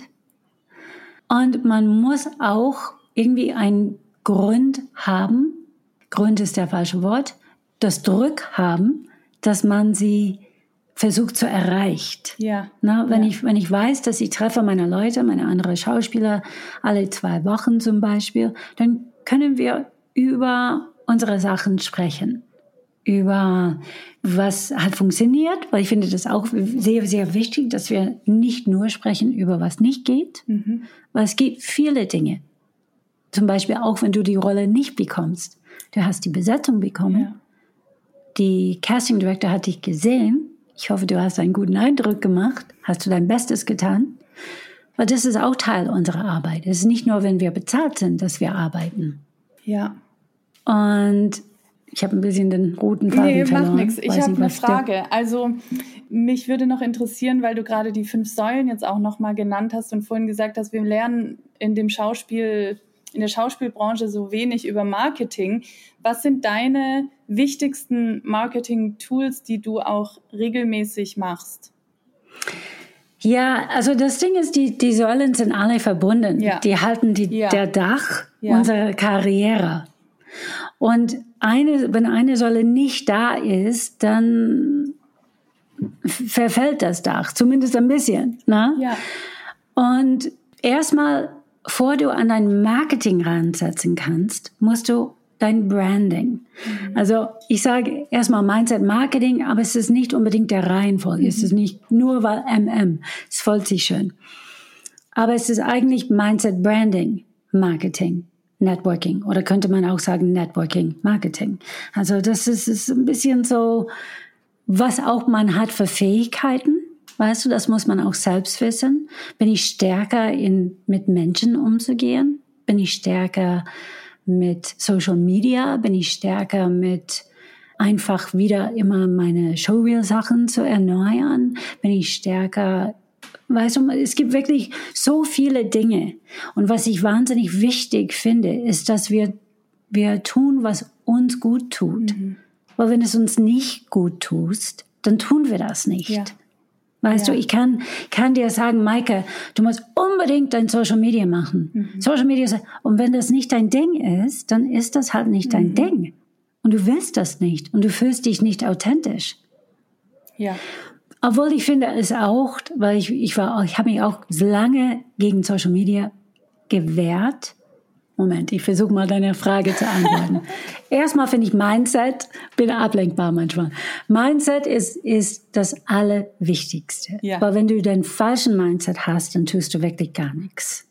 Und man muss auch irgendwie einen Grund haben, Grund ist der falsche Wort, das Druck haben, dass man sie versucht zu erreichen. Ja. Wenn ich weiß, dass ich treffe meine Leute, meine anderen Schauspieler, alle 2 Wochen zum Beispiel, dann können wir über unsere Sachen sprechen, über was hat funktioniert, weil ich finde das auch sehr, sehr wichtig, dass wir nicht nur sprechen über was nicht geht, weil es gibt viele Dinge. Zum Beispiel auch, wenn du die Rolle nicht bekommst. Du hast die Besetzung bekommen, ja. Die Casting Director hat dich gesehen, ich hoffe, du hast einen guten Eindruck gemacht, hast du dein Bestes getan, weil das ist auch Teil unserer Arbeit. Es ist nicht nur, wenn wir bezahlt sind, dass wir arbeiten. Ja. Und ich habe ein bisschen den roten Faden verloren. Macht nichts. Ich habe eine Frage. Also mich würde noch interessieren, weil du gerade die 5 Säulen jetzt auch nochmal genannt hast und vorhin gesagt hast, wir lernen in der Schauspielbranche so wenig über Marketing. Was sind deine wichtigsten Marketing-Tools, die du auch regelmäßig machst? Ja, also das Ding ist, die Säulen sind alle verbunden. Ja. Die halten der Dach unserer Karriere. Und wenn eine Säule nicht da ist, dann verfällt das Dach, zumindest ein bisschen. Ne? Ja. Und erstmal, bevor du an dein Marketing ransetzen kannst, musst du dein Branding. Also ich sage erstmal Mindset Marketing, aber es ist nicht unbedingt der Reihenfolge. Es ist nicht nur, weil es folgt sich schön. Aber es ist eigentlich Mindset Branding Marketing. Networking oder könnte man auch sagen Networking Marketing. Also das ist ein bisschen so, was auch man hat für Fähigkeiten. Weißt du, das muss man auch selbst wissen. Bin ich stärker mit Menschen umzugehen? Bin ich stärker mit Social Media? Bin ich stärker mit einfach wieder immer meine Showreel-Sachen zu erneuern? Bin ich stärker, weißt du, es gibt wirklich so viele Dinge. Und was ich wahnsinnig wichtig finde, ist, dass wir tun, was uns gut tut. Weil wenn es uns nicht gut tust, dann tun wir das nicht. Ja. Weißt du, ich kann dir sagen, Maike, du musst unbedingt dein Social Media machen. Social Media, und wenn das nicht dein Ding ist, dann ist das halt nicht dein Ding. Und du willst das nicht. Und du fühlst dich nicht authentisch. Ja. Obwohl ich finde es auch, weil ich habe mich auch lange gegen Social Media gewehrt. Moment, ich versuche mal deine Frage zu antworten. Erstmal finde ich Mindset, bin ablenkbar manchmal. Mindset ist das Allerwichtigste. Ja. Weil wenn du den falschen Mindset hast, dann tust du wirklich gar nichts.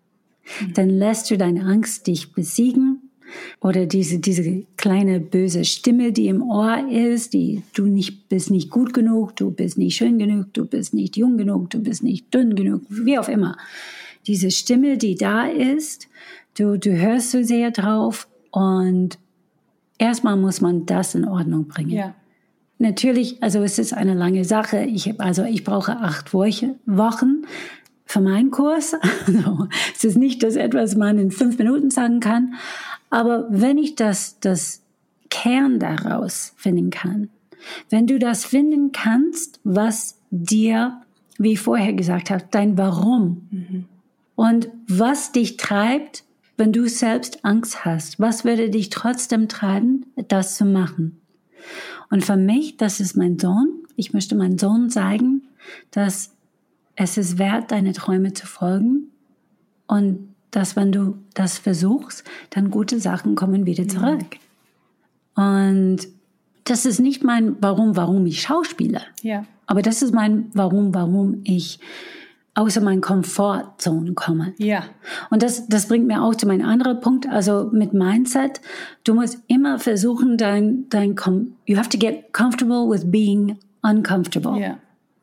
Dann lässt du deine Angst dich besiegen oder diese kleine böse Stimme, die im Ohr ist, bist nicht gut genug, du bist nicht schön genug, du bist nicht jung genug, du bist nicht dünn genug, wie auch immer. Diese Stimme, die da ist, du hörst so sehr drauf und erstmal muss man das in Ordnung bringen. Ja. Natürlich, also es ist eine lange Sache. Ich brauche 8 Wochen für meinen Kurs. Also, es ist nicht das etwas, man in 5 Minuten sagen kann. Aber wenn ich das Kern daraus finden kann, Wenn du das finden kannst, was dir, wie ich vorher gesagt habe, dein Warum und was dich treibt, wenn du selbst Angst hast, was würde dich trotzdem treiben, das zu machen? Und für mich, das ist mein Sohn. Ich möchte meinem Sohn zeigen, dass es ist wert, deine Träume zu folgen und dass, wenn du das versuchst, dann gute Sachen kommen wieder zurück. Und das ist nicht mein warum ich schauspiele. Ja. Aber das ist mein warum ich außer meiner Komfortzone komme. Ja. Und das bringt mir auch zu meinem anderen Punkt, also mit Mindset. Du musst immer versuchen, you have to get comfortable with being uncomfortable. Ja.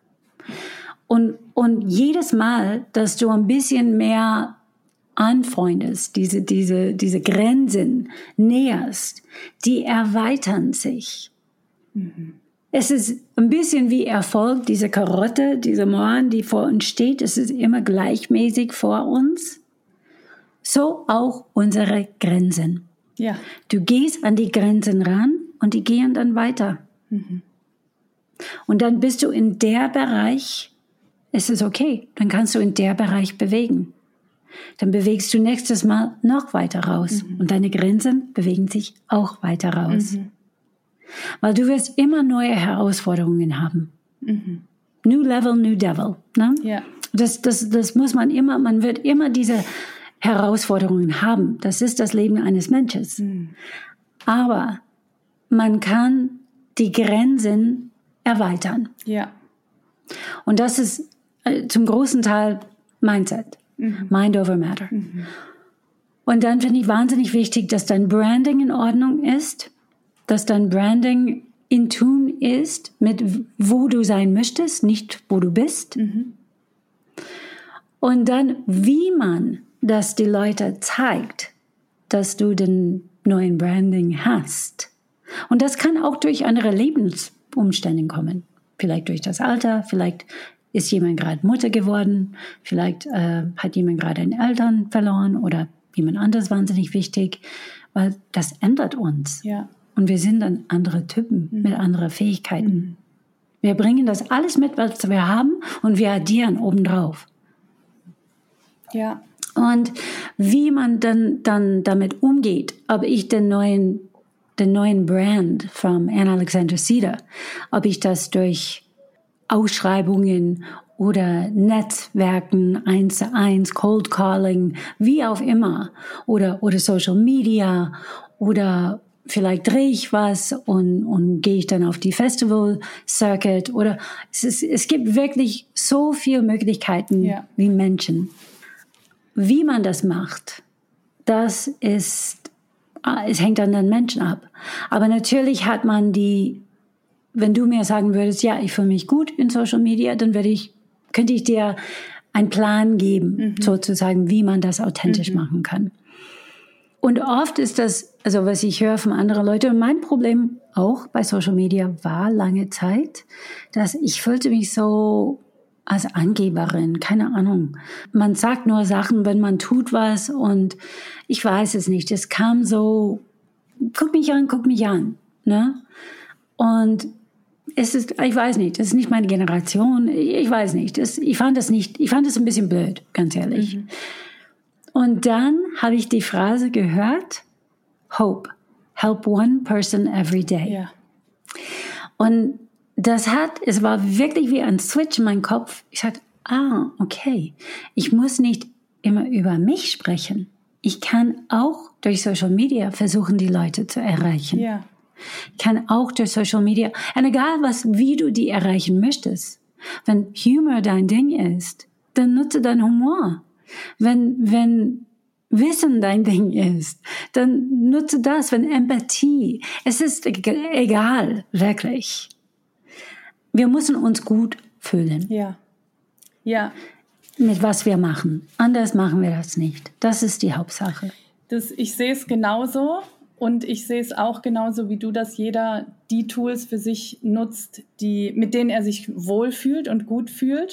Und jedes Mal, dass du ein bisschen mehr anfreundest, diese Grenzen näherst, die erweitern sich. Es ist ein bisschen wie Erfolg, diese Karotte, diese Mohn, die vor uns steht. Es ist immer gleichmäßig vor uns. So auch unsere Grenzen. Ja. Du gehst an die Grenzen ran und die gehen dann weiter. Und dann bist du in der Bereich, es ist okay, dann kannst du in der Bereich bewegen. Dann bewegst du nächstes Mal noch weiter raus. Und deine Grenzen bewegen sich auch weiter raus. Weil du wirst immer neue Herausforderungen haben. New Level, New Devil. Ne? Ja. Das muss man wird immer diese Herausforderungen haben. Das ist das Leben eines Menschen. Aber man kann die Grenzen erweitern. Ja. Und das ist zum großen Teil Mindset. Mind over Matter. Und dann finde ich wahnsinnig wichtig, dass dein Branding in Ordnung ist, dass dein Branding in Tune ist mit wo du sein möchtest, nicht wo du bist. Und dann, wie man das die Leute zeigt, dass du den neuen Branding hast. Und das kann auch durch andere Lebensumstände kommen. Vielleicht durch das Alter, vielleicht ist jemand gerade Mutter geworden, vielleicht hat jemand gerade einen Eltern verloren oder jemand anderes wahnsinnig wichtig, weil das ändert uns. Ja. Und wir sind dann andere Typen mit anderen Fähigkeiten. Wir bringen das alles mit, was wir haben und wir addieren obendrauf. Ja. Und wie man dann damit umgeht, ob ich den neuen Brand von Anne Alexandra Cedar, ob ich das durch Ausschreibungen oder Netzwerken 1:1, Cold Calling, wie auch immer, oder Social Media, oder vielleicht drehe ich was und gehe ich dann auf die Festival Circuit, oder es gibt wirklich so viele Möglichkeiten wie Menschen. Wie man das macht, es hängt an den Menschen ab. Aber natürlich hat man wenn du mir sagen würdest, ja, ich fühle mich gut in Social Media, dann könnte ich dir einen Plan geben, sozusagen, wie man das authentisch machen kann. Und oft ist das, also was ich höre von anderen Leuten, und mein Problem auch bei Social Media war lange Zeit, dass ich fühlte mich so als Angeberin, keine Ahnung. Man sagt nur Sachen, wenn man tut was, und ich weiß es nicht. Es kam so, guck mich an, ne? Und es ist, ich weiß nicht, das ist nicht meine Generation, ich weiß nicht. Ich fand das ein bisschen blöd, ganz ehrlich. Und dann habe ich die Phrase gehört, Hope, help one person every day. Ja. Und es war wirklich wie ein Switch in meinem Kopf. Ich sagte, okay, ich muss nicht immer über mich sprechen. Ich kann auch durch Social Media versuchen, die Leute zu erreichen. Ja. Ich kann auch durch Social Media, und egal wie du die erreichen möchtest, wenn Humor dein Ding ist, dann nutze dein Humor. Wenn Wissen dein Ding ist, dann nutze das, wenn Empathie. Es ist egal, wirklich. Wir müssen uns gut fühlen. Ja. Ja. Mit was wir machen. Anders machen wir das nicht. Das ist die Hauptsache. Ich sehe es genauso. Und ich sehe es auch genauso wie du, dass jeder die Tools für sich nutzt, mit denen er sich wohlfühlt und gut fühlt.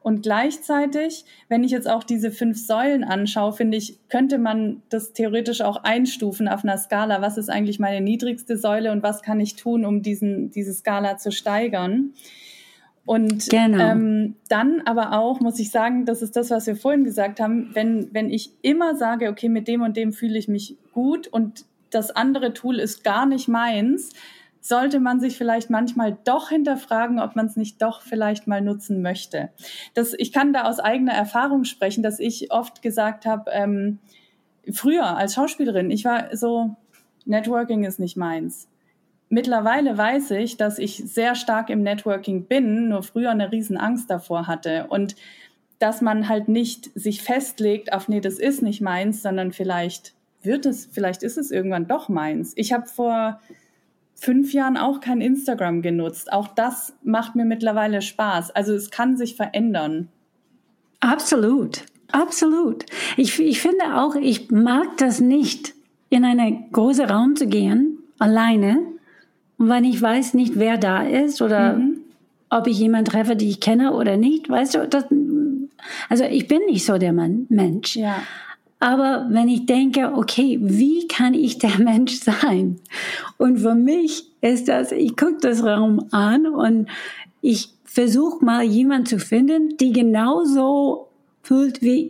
Und gleichzeitig, wenn ich jetzt auch diese 5 Säulen anschaue, finde ich, könnte man das theoretisch auch einstufen auf einer Skala. Was ist eigentlich meine niedrigste Säule und was kann ich tun, um diese Skala zu steigern? Und dann aber auch, muss ich sagen, das ist das, was wir vorhin gesagt haben, wenn ich immer sage, okay, mit dem und dem fühle ich mich gut und das andere Tool ist gar nicht meins, sollte man sich vielleicht manchmal doch hinterfragen, ob man es nicht doch vielleicht mal nutzen möchte. Ich kann da aus eigener Erfahrung sprechen, dass ich oft gesagt habe, früher als Schauspielerin, ich war so, Networking ist nicht meins. Mittlerweile weiß ich, dass ich sehr stark im Networking bin, nur früher eine riesen Angst davor hatte. Und dass man halt nicht sich festlegt auf, nee, das ist nicht meins, sondern vielleicht ist es irgendwann doch meins. Ich habe vor 5 Jahren auch kein Instagram genutzt. Auch das macht mir mittlerweile Spaß. Also es kann sich verändern. Absolut, absolut. Ich finde auch, ich mag das nicht, in einen großen Raum zu gehen, alleine, wenn ich weiß nicht, wer da ist oder ob ich jemanden treffe, die ich kenne oder nicht. Weißt du, also ich bin nicht so der Mensch. Ja. Aber wenn ich denke, okay, wie kann ich der Mensch sein? Und für mich ist das, ich gucke das Raum an und ich versuche mal jemanden zu finden, die genauso fühlt, wie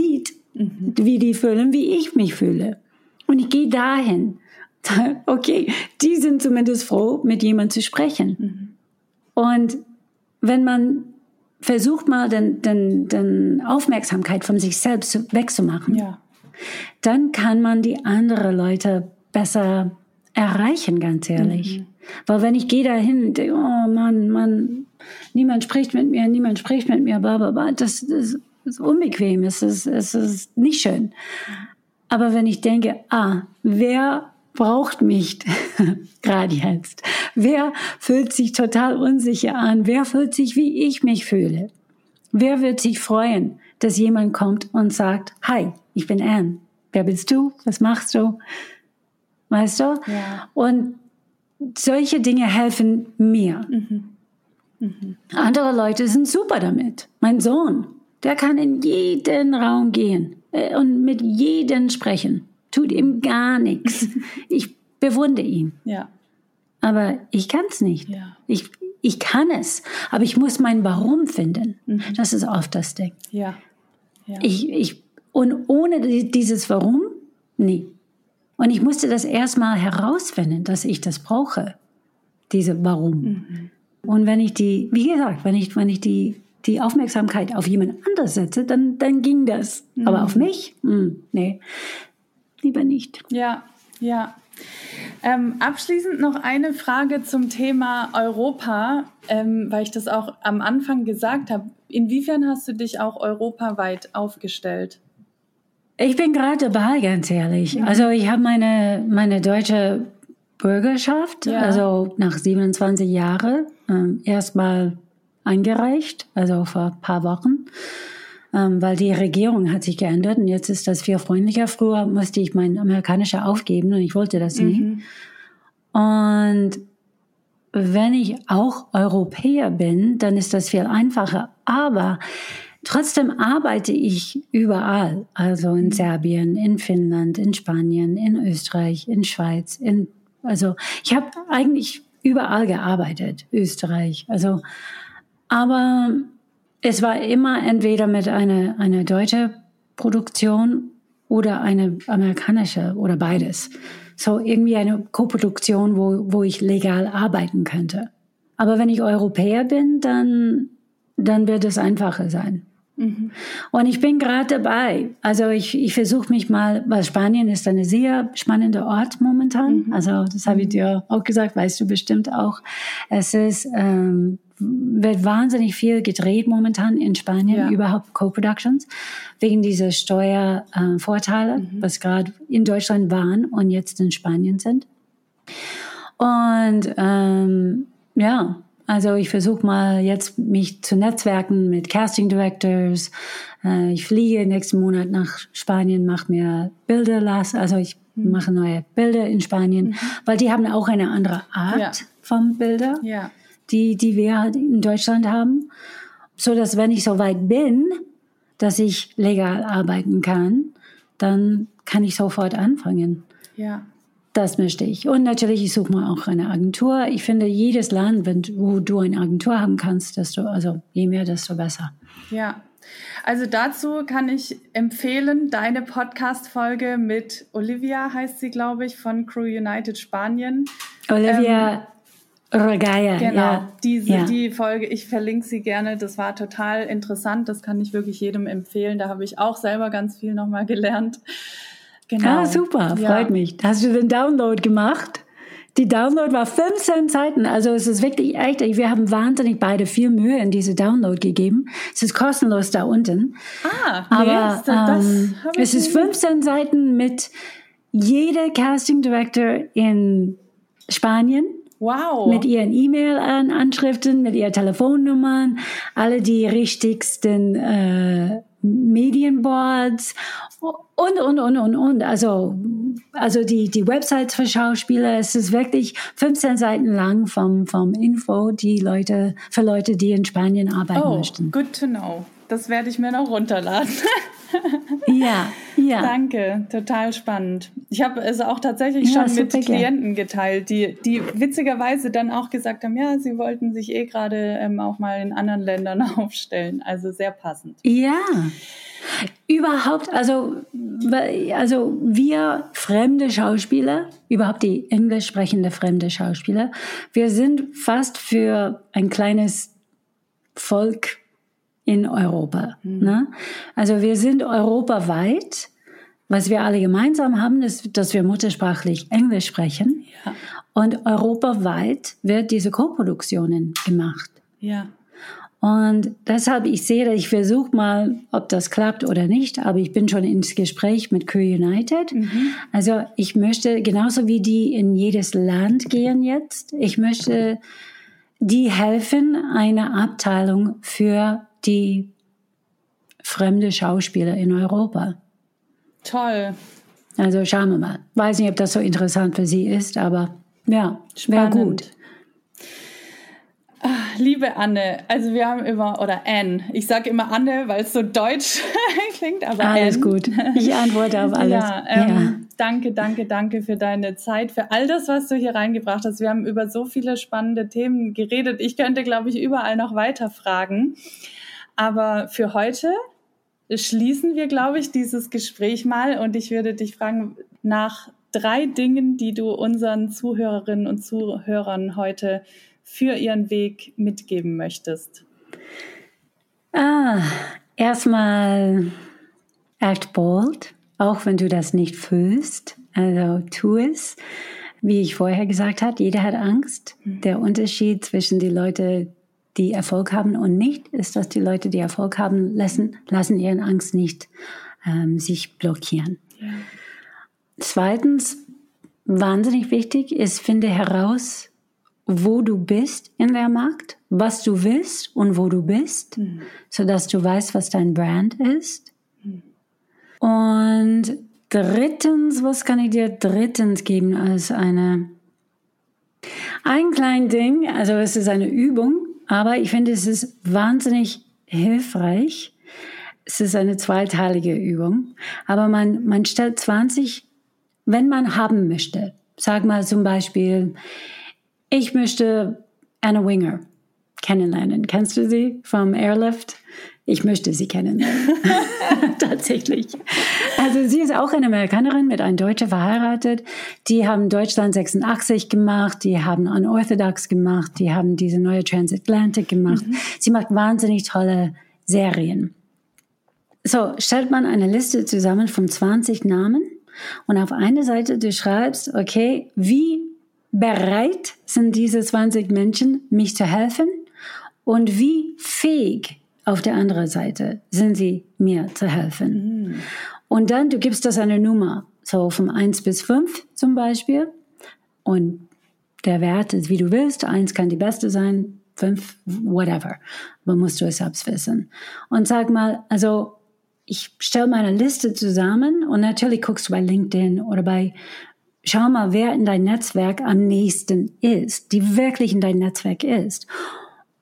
die fühlen, wie ich mich fühle. Und ich gehe dahin. Okay, die sind zumindest froh, mit jemandem zu sprechen. Und wenn man versucht mal, den Aufmerksamkeit von sich selbst wegzumachen, dann kann man die anderen Leute besser erreichen, ganz ehrlich. Weil wenn ich gehe dahin und denke, oh Mann, niemand spricht mit mir, bla bla bla, das ist unbequem, es ist nicht schön. Aber wenn ich denke, wer braucht mich gerade jetzt? Wer fühlt sich total unsicher an? Wer fühlt sich, wie ich mich fühle? Wer wird sich freuen, dass jemand kommt und sagt, hi, ich bin Anne. Wer bist du? Was machst du? Weißt du? Ja. Und solche Dinge helfen mir. Andere Leute sind super damit. Mein Sohn, der kann in jeden Raum gehen und mit jedem sprechen. Tut ihm gar nichts. Ich bewundere ihn. Ja. Aber ich kann es nicht. Ja. Ich kann es, aber ich muss mein Warum finden. Das ist oft das Ding. Ja. Und ohne dieses Warum, nee. Und ich musste das erstmal herausfinden, dass ich das brauche, diese Warum. Und wenn ich wenn ich die Aufmerksamkeit auf jemand anderes setze, dann ging das. Aber auf mich? Nee. Lieber nicht. Ja. Abschließend noch eine Frage zum Thema Europa, weil ich das auch am Anfang gesagt habe. Inwiefern hast du dich auch europaweit aufgestellt? Ich bin gerade dabei, ganz ehrlich. Also ich habe meine deutsche Bürgerschaft, also nach 27 Jahren, erstmal eingereicht, also vor ein paar Wochen. Weil die Regierung hat sich geändert und jetzt ist das viel freundlicher. Früher musste ich mein amerikanischer aufgeben und ich wollte das nie. Und wenn ich auch Europäer bin, dann ist das viel einfacher. Aber trotzdem arbeite ich überall. Also in Serbien, in Finnland, in Spanien, in Österreich, in Schweiz. Also ich habe eigentlich überall gearbeitet, Österreich. Also, aber es war immer entweder mit einer deutschen Produktion oder eine amerikanische oder beides. So irgendwie eine Koproduktion, wo ich legal arbeiten könnte. Aber wenn ich Europäer bin, dann wird es einfacher sein. Und ich bin gerade dabei. Also ich versuche mich mal, weil Spanien ist ein sehr spannender Ort momentan. Also das habe ich dir auch gesagt, weißt du bestimmt auch. Es ist wird wahnsinnig viel gedreht momentan in Spanien, überhaupt Co-Productions, wegen dieser Steuervorteile, was gerade in Deutschland waren und jetzt in Spanien sind. Und also ich versuche mal jetzt mich zu netzwerken mit Casting Directors. Ich fliege nächsten Monat nach Spanien, mache mir Bilder also ich mache neue Bilder in Spanien, weil die haben auch eine andere Art von Bilder. Ja. Die wir halt in Deutschland haben. so dass wenn ich so weit bin, dass ich legal arbeiten kann, dann kann ich sofort anfangen. Ja. Das möchte ich. Und natürlich, ich suche mal auch eine Agentur. Ich finde, jedes Land, wo du eine Agentur haben kannst, je mehr, desto besser. Ja. Also dazu kann ich empfehlen, deine Podcast-Folge mit Olivia, heißt sie, glaube ich, von Crew United Spanien. Olivia Regaya. Genau, die Folge, ich verlinke sie gerne, das war total interessant, das kann ich wirklich jedem empfehlen, da habe ich auch selber ganz viel nochmal gelernt. Genau. Ah, super, freut mich. Hast du den Download gemacht? Die Download war 15 Seiten, also es ist wirklich echt, wir haben wahnsinnig beide viel Mühe in diese Download gegeben. Es ist kostenlos da unten. Aber es ist 15 Seiten mit jeder Casting Director in Spanien. Wow. Mit ihren E-Mail-Anschriften, mit ihren Telefonnummern, alle die richtigsten Medienboards und. Also die Websites für Schauspieler, es ist wirklich 15 Seiten lang vom Info, für Leute, die in Spanien arbeiten möchten. Oh, good to know. Das werde ich mir noch runterladen. Ja. Danke, total spannend. Ich habe es auch tatsächlich schon mit Klienten geteilt, die witzigerweise dann auch gesagt haben, ja, sie wollten sich gerade auch mal in anderen Ländern aufstellen. Also sehr passend. Ja, überhaupt, also wir fremde Schauspieler, überhaupt die englisch sprechende fremde Schauspieler, wir sind fast für ein kleines Volk in Europa. Ne? Also wir sind europaweit. Was wir alle gemeinsam haben, ist, dass wir muttersprachlich Englisch sprechen. Ja. Und europaweit wird diese Co-Produktionen gemacht. Ja. Und deshalb, ich versuche mal, ob das klappt oder nicht, aber ich bin schon ins Gespräch mit Crew United. Also ich möchte, genauso wie die in jedes Land gehen jetzt, ich möchte die helfen, eine Abteilung für die fremde Schauspieler in Europa. Toll. Also schauen wir mal. Weiß nicht, ob das so interessant für Sie ist, aber ja, wäre gut. Liebe Anne, also wir haben Anne. Ich sage immer Anne, weil es so deutsch klingt, aber alles Anne. Gut. Ich antworte auf alles. Danke für deine Zeit, für all das, was du hier reingebracht hast. Wir haben über so viele spannende Themen geredet. Ich könnte, glaube ich, überall noch weiter fragen. Aber für heute schließen wir, glaube ich, dieses Gespräch mal. Und ich würde dich fragen nach 3 Dingen, die du unseren Zuhörerinnen und Zuhörern heute für ihren Weg mitgeben möchtest. Erstmal act bold, auch wenn du das nicht fühlst. Also tu es. Wie ich vorher gesagt habe, jeder hat Angst. Der Unterschied zwischen die Leute, die Erfolg haben und nicht, ist, dass die Leute, die Erfolg haben, lassen ihren Angst nicht sich blockieren. Ja. Zweitens, wahnsinnig wichtig ist, finde heraus, wo du bist in der Markt, was du willst und wo du bist, sodass du weißt, was dein Brand ist. Und drittens, was kann ich dir drittens geben als ein kleines Ding, also es ist eine Übung, aber ich finde, es ist wahnsinnig hilfreich. Es ist eine zweiteilige Übung, aber man stellt 20, wenn man haben möchte. Sag mal zum Beispiel, ich möchte Anna Winger kennenlernen. Kennst du sie vom Airlift? Ich möchte sie kennenlernen. Tatsächlich. Also sie ist auch eine Amerikanerin mit einem Deutscher verheiratet. Die haben Deutschland 86 gemacht, die haben Unorthodox gemacht, die haben diese neue Transatlantic gemacht. Sie macht wahnsinnig tolle Serien. So, stellt man eine Liste zusammen von 20 Namen und auf einer Seite du schreibst, okay, wie bereit sind diese 20 Menschen, mich zu helfen und wie fähig auf der anderen Seite sind sie, mir zu helfen. Und dann, du gibst das eine Nummer, so von 1 bis 5 zum Beispiel und der Wert ist, wie du willst, 1 kann die beste sein, 5, whatever, aber musst du es selbst wissen. Und sag mal, also ich stelle meine Liste zusammen und natürlich guckst du bei LinkedIn oder schau mal, wer in dein Netzwerk am nächsten ist, die wirklich in dein Netzwerk ist.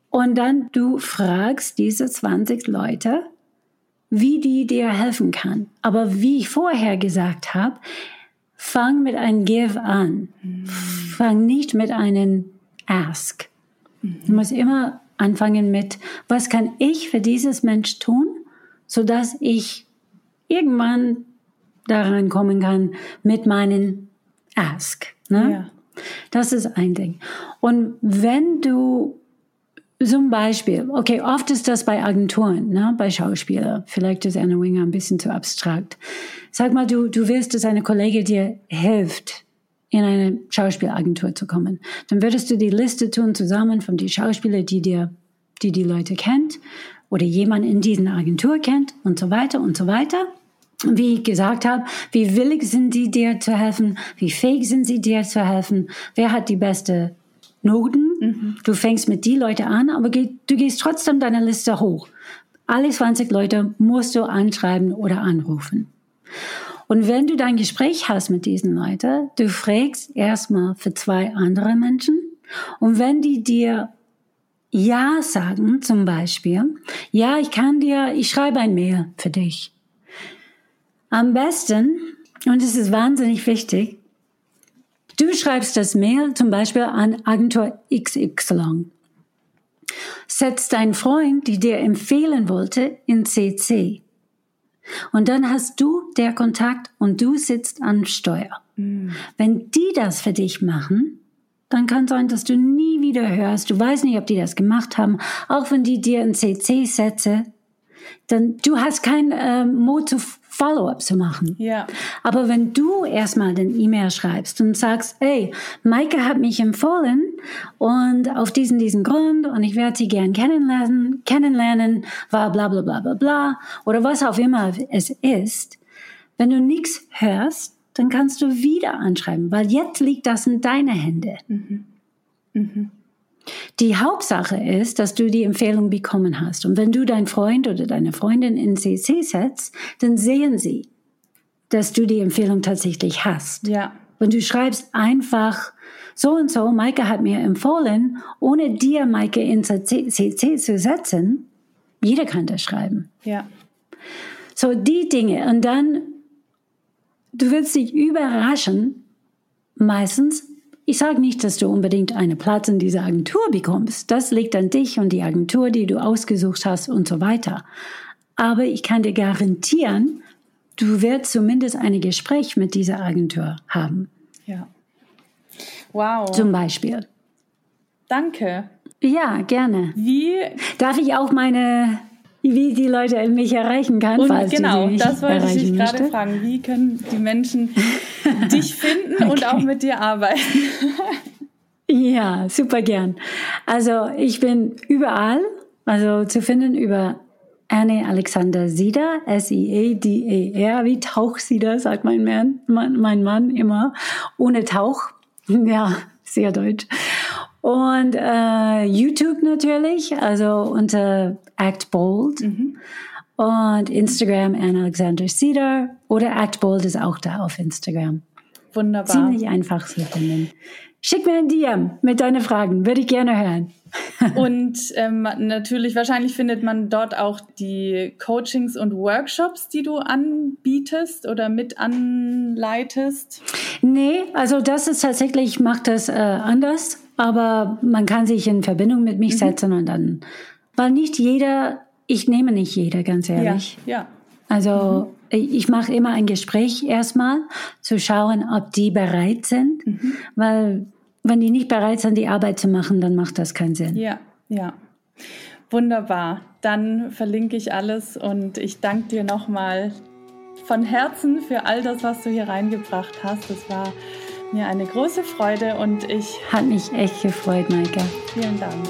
Und dann du fragst diese 20 Leute, wie die dir helfen kann. Aber wie ich vorher gesagt habe, fang mit einem Give an. Fang nicht mit einem Ask. Du musst immer anfangen mit, was kann ich für dieses Mensch tun, sodass ich irgendwann daran kommen kann mit meinen Ask. Ne? Ja. Das ist ein Ding. Und wenn du zum Beispiel, okay, oft ist das bei Agenturen, ne, bei Schauspielern. Vielleicht ist Anna Winger ein bisschen zu abstrakt. Sag mal, du willst, dass eine Kollegin dir hilft, in eine Schauspielagentur zu kommen. Dann würdest du die Liste tun zusammen von den Schauspielern, die Leute kennt oder jemand in diesen Agentur kennt und so weiter und so weiter. Wie ich gesagt habe, wie willig sind die dir zu helfen? Wie fähig sind sie dir zu helfen? Wer hat die beste Noten? Du fängst mit die Leute an, aber du gehst trotzdem deine Liste hoch. Alle 20 Leute musst du anschreiben oder anrufen. Und wenn du dein Gespräch hast mit diesen Leuten, du fragst erstmal für 2 andere Menschen. Und wenn die dir Ja sagen, zum Beispiel, ja, ich schreibe ein Mail für dich. Am besten, und es ist wahnsinnig wichtig, du schreibst das Mail zum Beispiel an Agentur XY. Setzt deinen Freund, die dir empfehlen wollte, in CC. Und dann hast du der Kontakt und du sitzt am Steuer. Wenn die das für dich machen, dann kann es sein, dass du nie wieder hörst. Du weißt nicht, ob die das gemacht haben. Auch wenn die dir in CC setzen, dann du hast keinen Mut zu Follow-up zu machen. Ja. Aber wenn du erstmal den E-Mail schreibst und sagst, hey, Maike hat mich empfohlen und auf diesen Grund und ich werde sie gern kennenlernen, war bla bla bla bla bla oder was auch immer es ist. Wenn du nichts hörst, dann kannst du wieder anschreiben, weil jetzt liegt das in deine Hände. Die Hauptsache ist, dass du die Empfehlung bekommen hast. Und wenn du deinen Freund oder deine Freundin in CC setzt, dann sehen sie, dass du die Empfehlung tatsächlich hast. Ja. Wenn du schreibst einfach so und so, Maike hat mir empfohlen, ohne dir, Maike, in CC zu setzen, jeder kann das schreiben. Ja. So die Dinge. Und dann, du wirst dich überraschen, meistens. Ich sage nicht, dass du unbedingt einen Platz in dieser Agentur bekommst. Das liegt an dich und die Agentur, die du ausgesucht hast und so weiter. Aber ich kann dir garantieren, du wirst zumindest ein Gespräch mit dieser Agentur haben. Ja. Wow. Zum Beispiel. Danke. Ja, gerne. Darf ich auch wie die Leute mich erreichen kann, falls genau, du sie das wollte ich dich gerade möchte. fragen. Wie können die Menschen dich finden und auch mit dir arbeiten? Ja, super gern. Also ich bin überall, also zu finden über Anne Alexander Sieder, S-I-E-D-E-R, wie Tauchsieder, sagt mein Mann immer, ohne Tauch. Ja, sehr deutsch. Und YouTube natürlich, also unter Act Bold. Und Instagram Anne Alexander Sieder oder Act Bold ist auch da auf Instagram. Wunderbar. Ziemlich einfach zu finden. Schick mir ein DM mit deinen Fragen, würde ich gerne hören. Und natürlich, wahrscheinlich findet man dort auch die Coachings und Workshops, die du anbietest oder mit anleitest? Nee, also das ist tatsächlich, ich mache das anders, aber man kann sich in Verbindung mit mich setzen und dann, weil ich nehme nicht jeder, ganz ehrlich. Ja. Also ich mache immer ein Gespräch erstmal, zu schauen, ob die bereit sind, weil wenn die nicht bereit sind, die Arbeit zu machen, dann macht das keinen Sinn. Ja. Wunderbar. Dann verlinke ich alles und ich danke dir nochmal von Herzen für all das, was du hier reingebracht hast. Es war mir eine große Freude und Hat mich echt gefreut, Maike. Vielen Dank.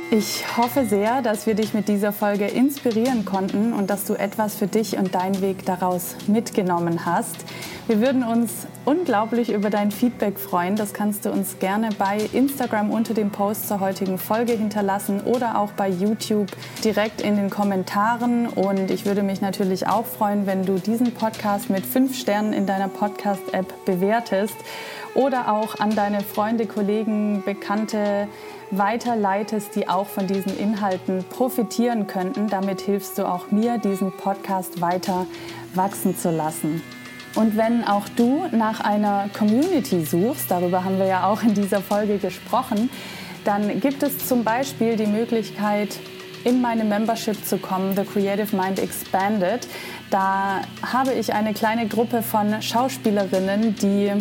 Ich hoffe sehr, dass wir dich mit dieser Folge inspirieren konnten und dass du etwas für dich und deinen Weg daraus mitgenommen hast. Wir würden uns unglaublich über dein Feedback freuen. Das kannst du uns gerne bei Instagram unter dem Post zur heutigen Folge hinterlassen oder auch bei YouTube direkt in den Kommentaren. Und ich würde mich natürlich auch freuen, wenn du diesen Podcast mit 5 Sternen in deiner Podcast-App bewertest oder auch an deine Freunde, Kollegen, Bekannte weiterleitest, die auch von diesen Inhalten profitieren könnten. Damit hilfst du auch mir, diesen Podcast weiter wachsen zu lassen. Und wenn auch du nach einer Community suchst, darüber haben wir ja auch in dieser Folge gesprochen, dann gibt es zum Beispiel die Möglichkeit, in meine Membership zu kommen, The Creative Mind Expanded. Da habe ich eine kleine Gruppe von Schauspielerinnen, die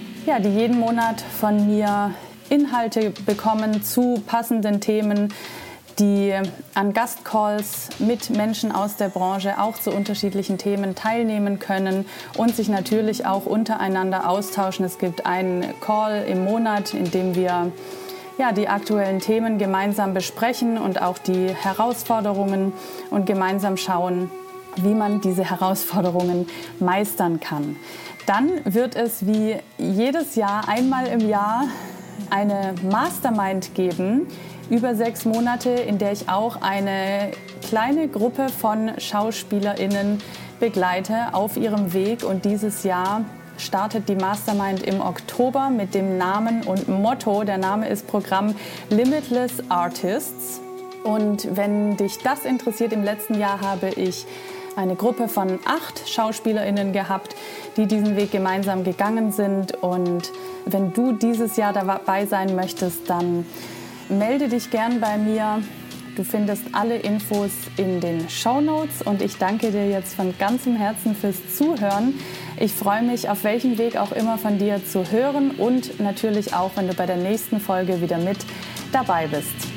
jeden Monat von mir Inhalte bekommen zu passenden Themen, die an Gastcalls mit Menschen aus der Branche auch zu unterschiedlichen Themen teilnehmen können und sich natürlich auch untereinander austauschen. Es gibt einen Call im Monat, in dem wir die aktuellen Themen gemeinsam besprechen und auch die Herausforderungen und gemeinsam schauen, wie man diese Herausforderungen meistern kann. Dann wird es wie jedes Jahr einmal im Jahr eine Mastermind geben, über 6 Monate, in der ich auch eine kleine Gruppe von SchauspielerInnen begleite auf ihrem Weg. Und dieses Jahr startet die Mastermind im Oktober mit dem Namen und Motto, der Name ist Programm Limitless Artists. Und wenn dich das interessiert, im letzten Jahr habe ich eine Gruppe von 8 SchauspielerInnen gehabt, die diesen Weg gemeinsam gegangen sind. Und wenn du dieses Jahr dabei sein möchtest, dann melde dich gern bei mir. Du findest alle Infos in den Shownotes und ich danke dir jetzt von ganzem Herzen fürs Zuhören. Ich freue mich, auf welchem Weg auch immer von dir zu hören und natürlich auch, wenn du bei der nächsten Folge wieder mit dabei bist.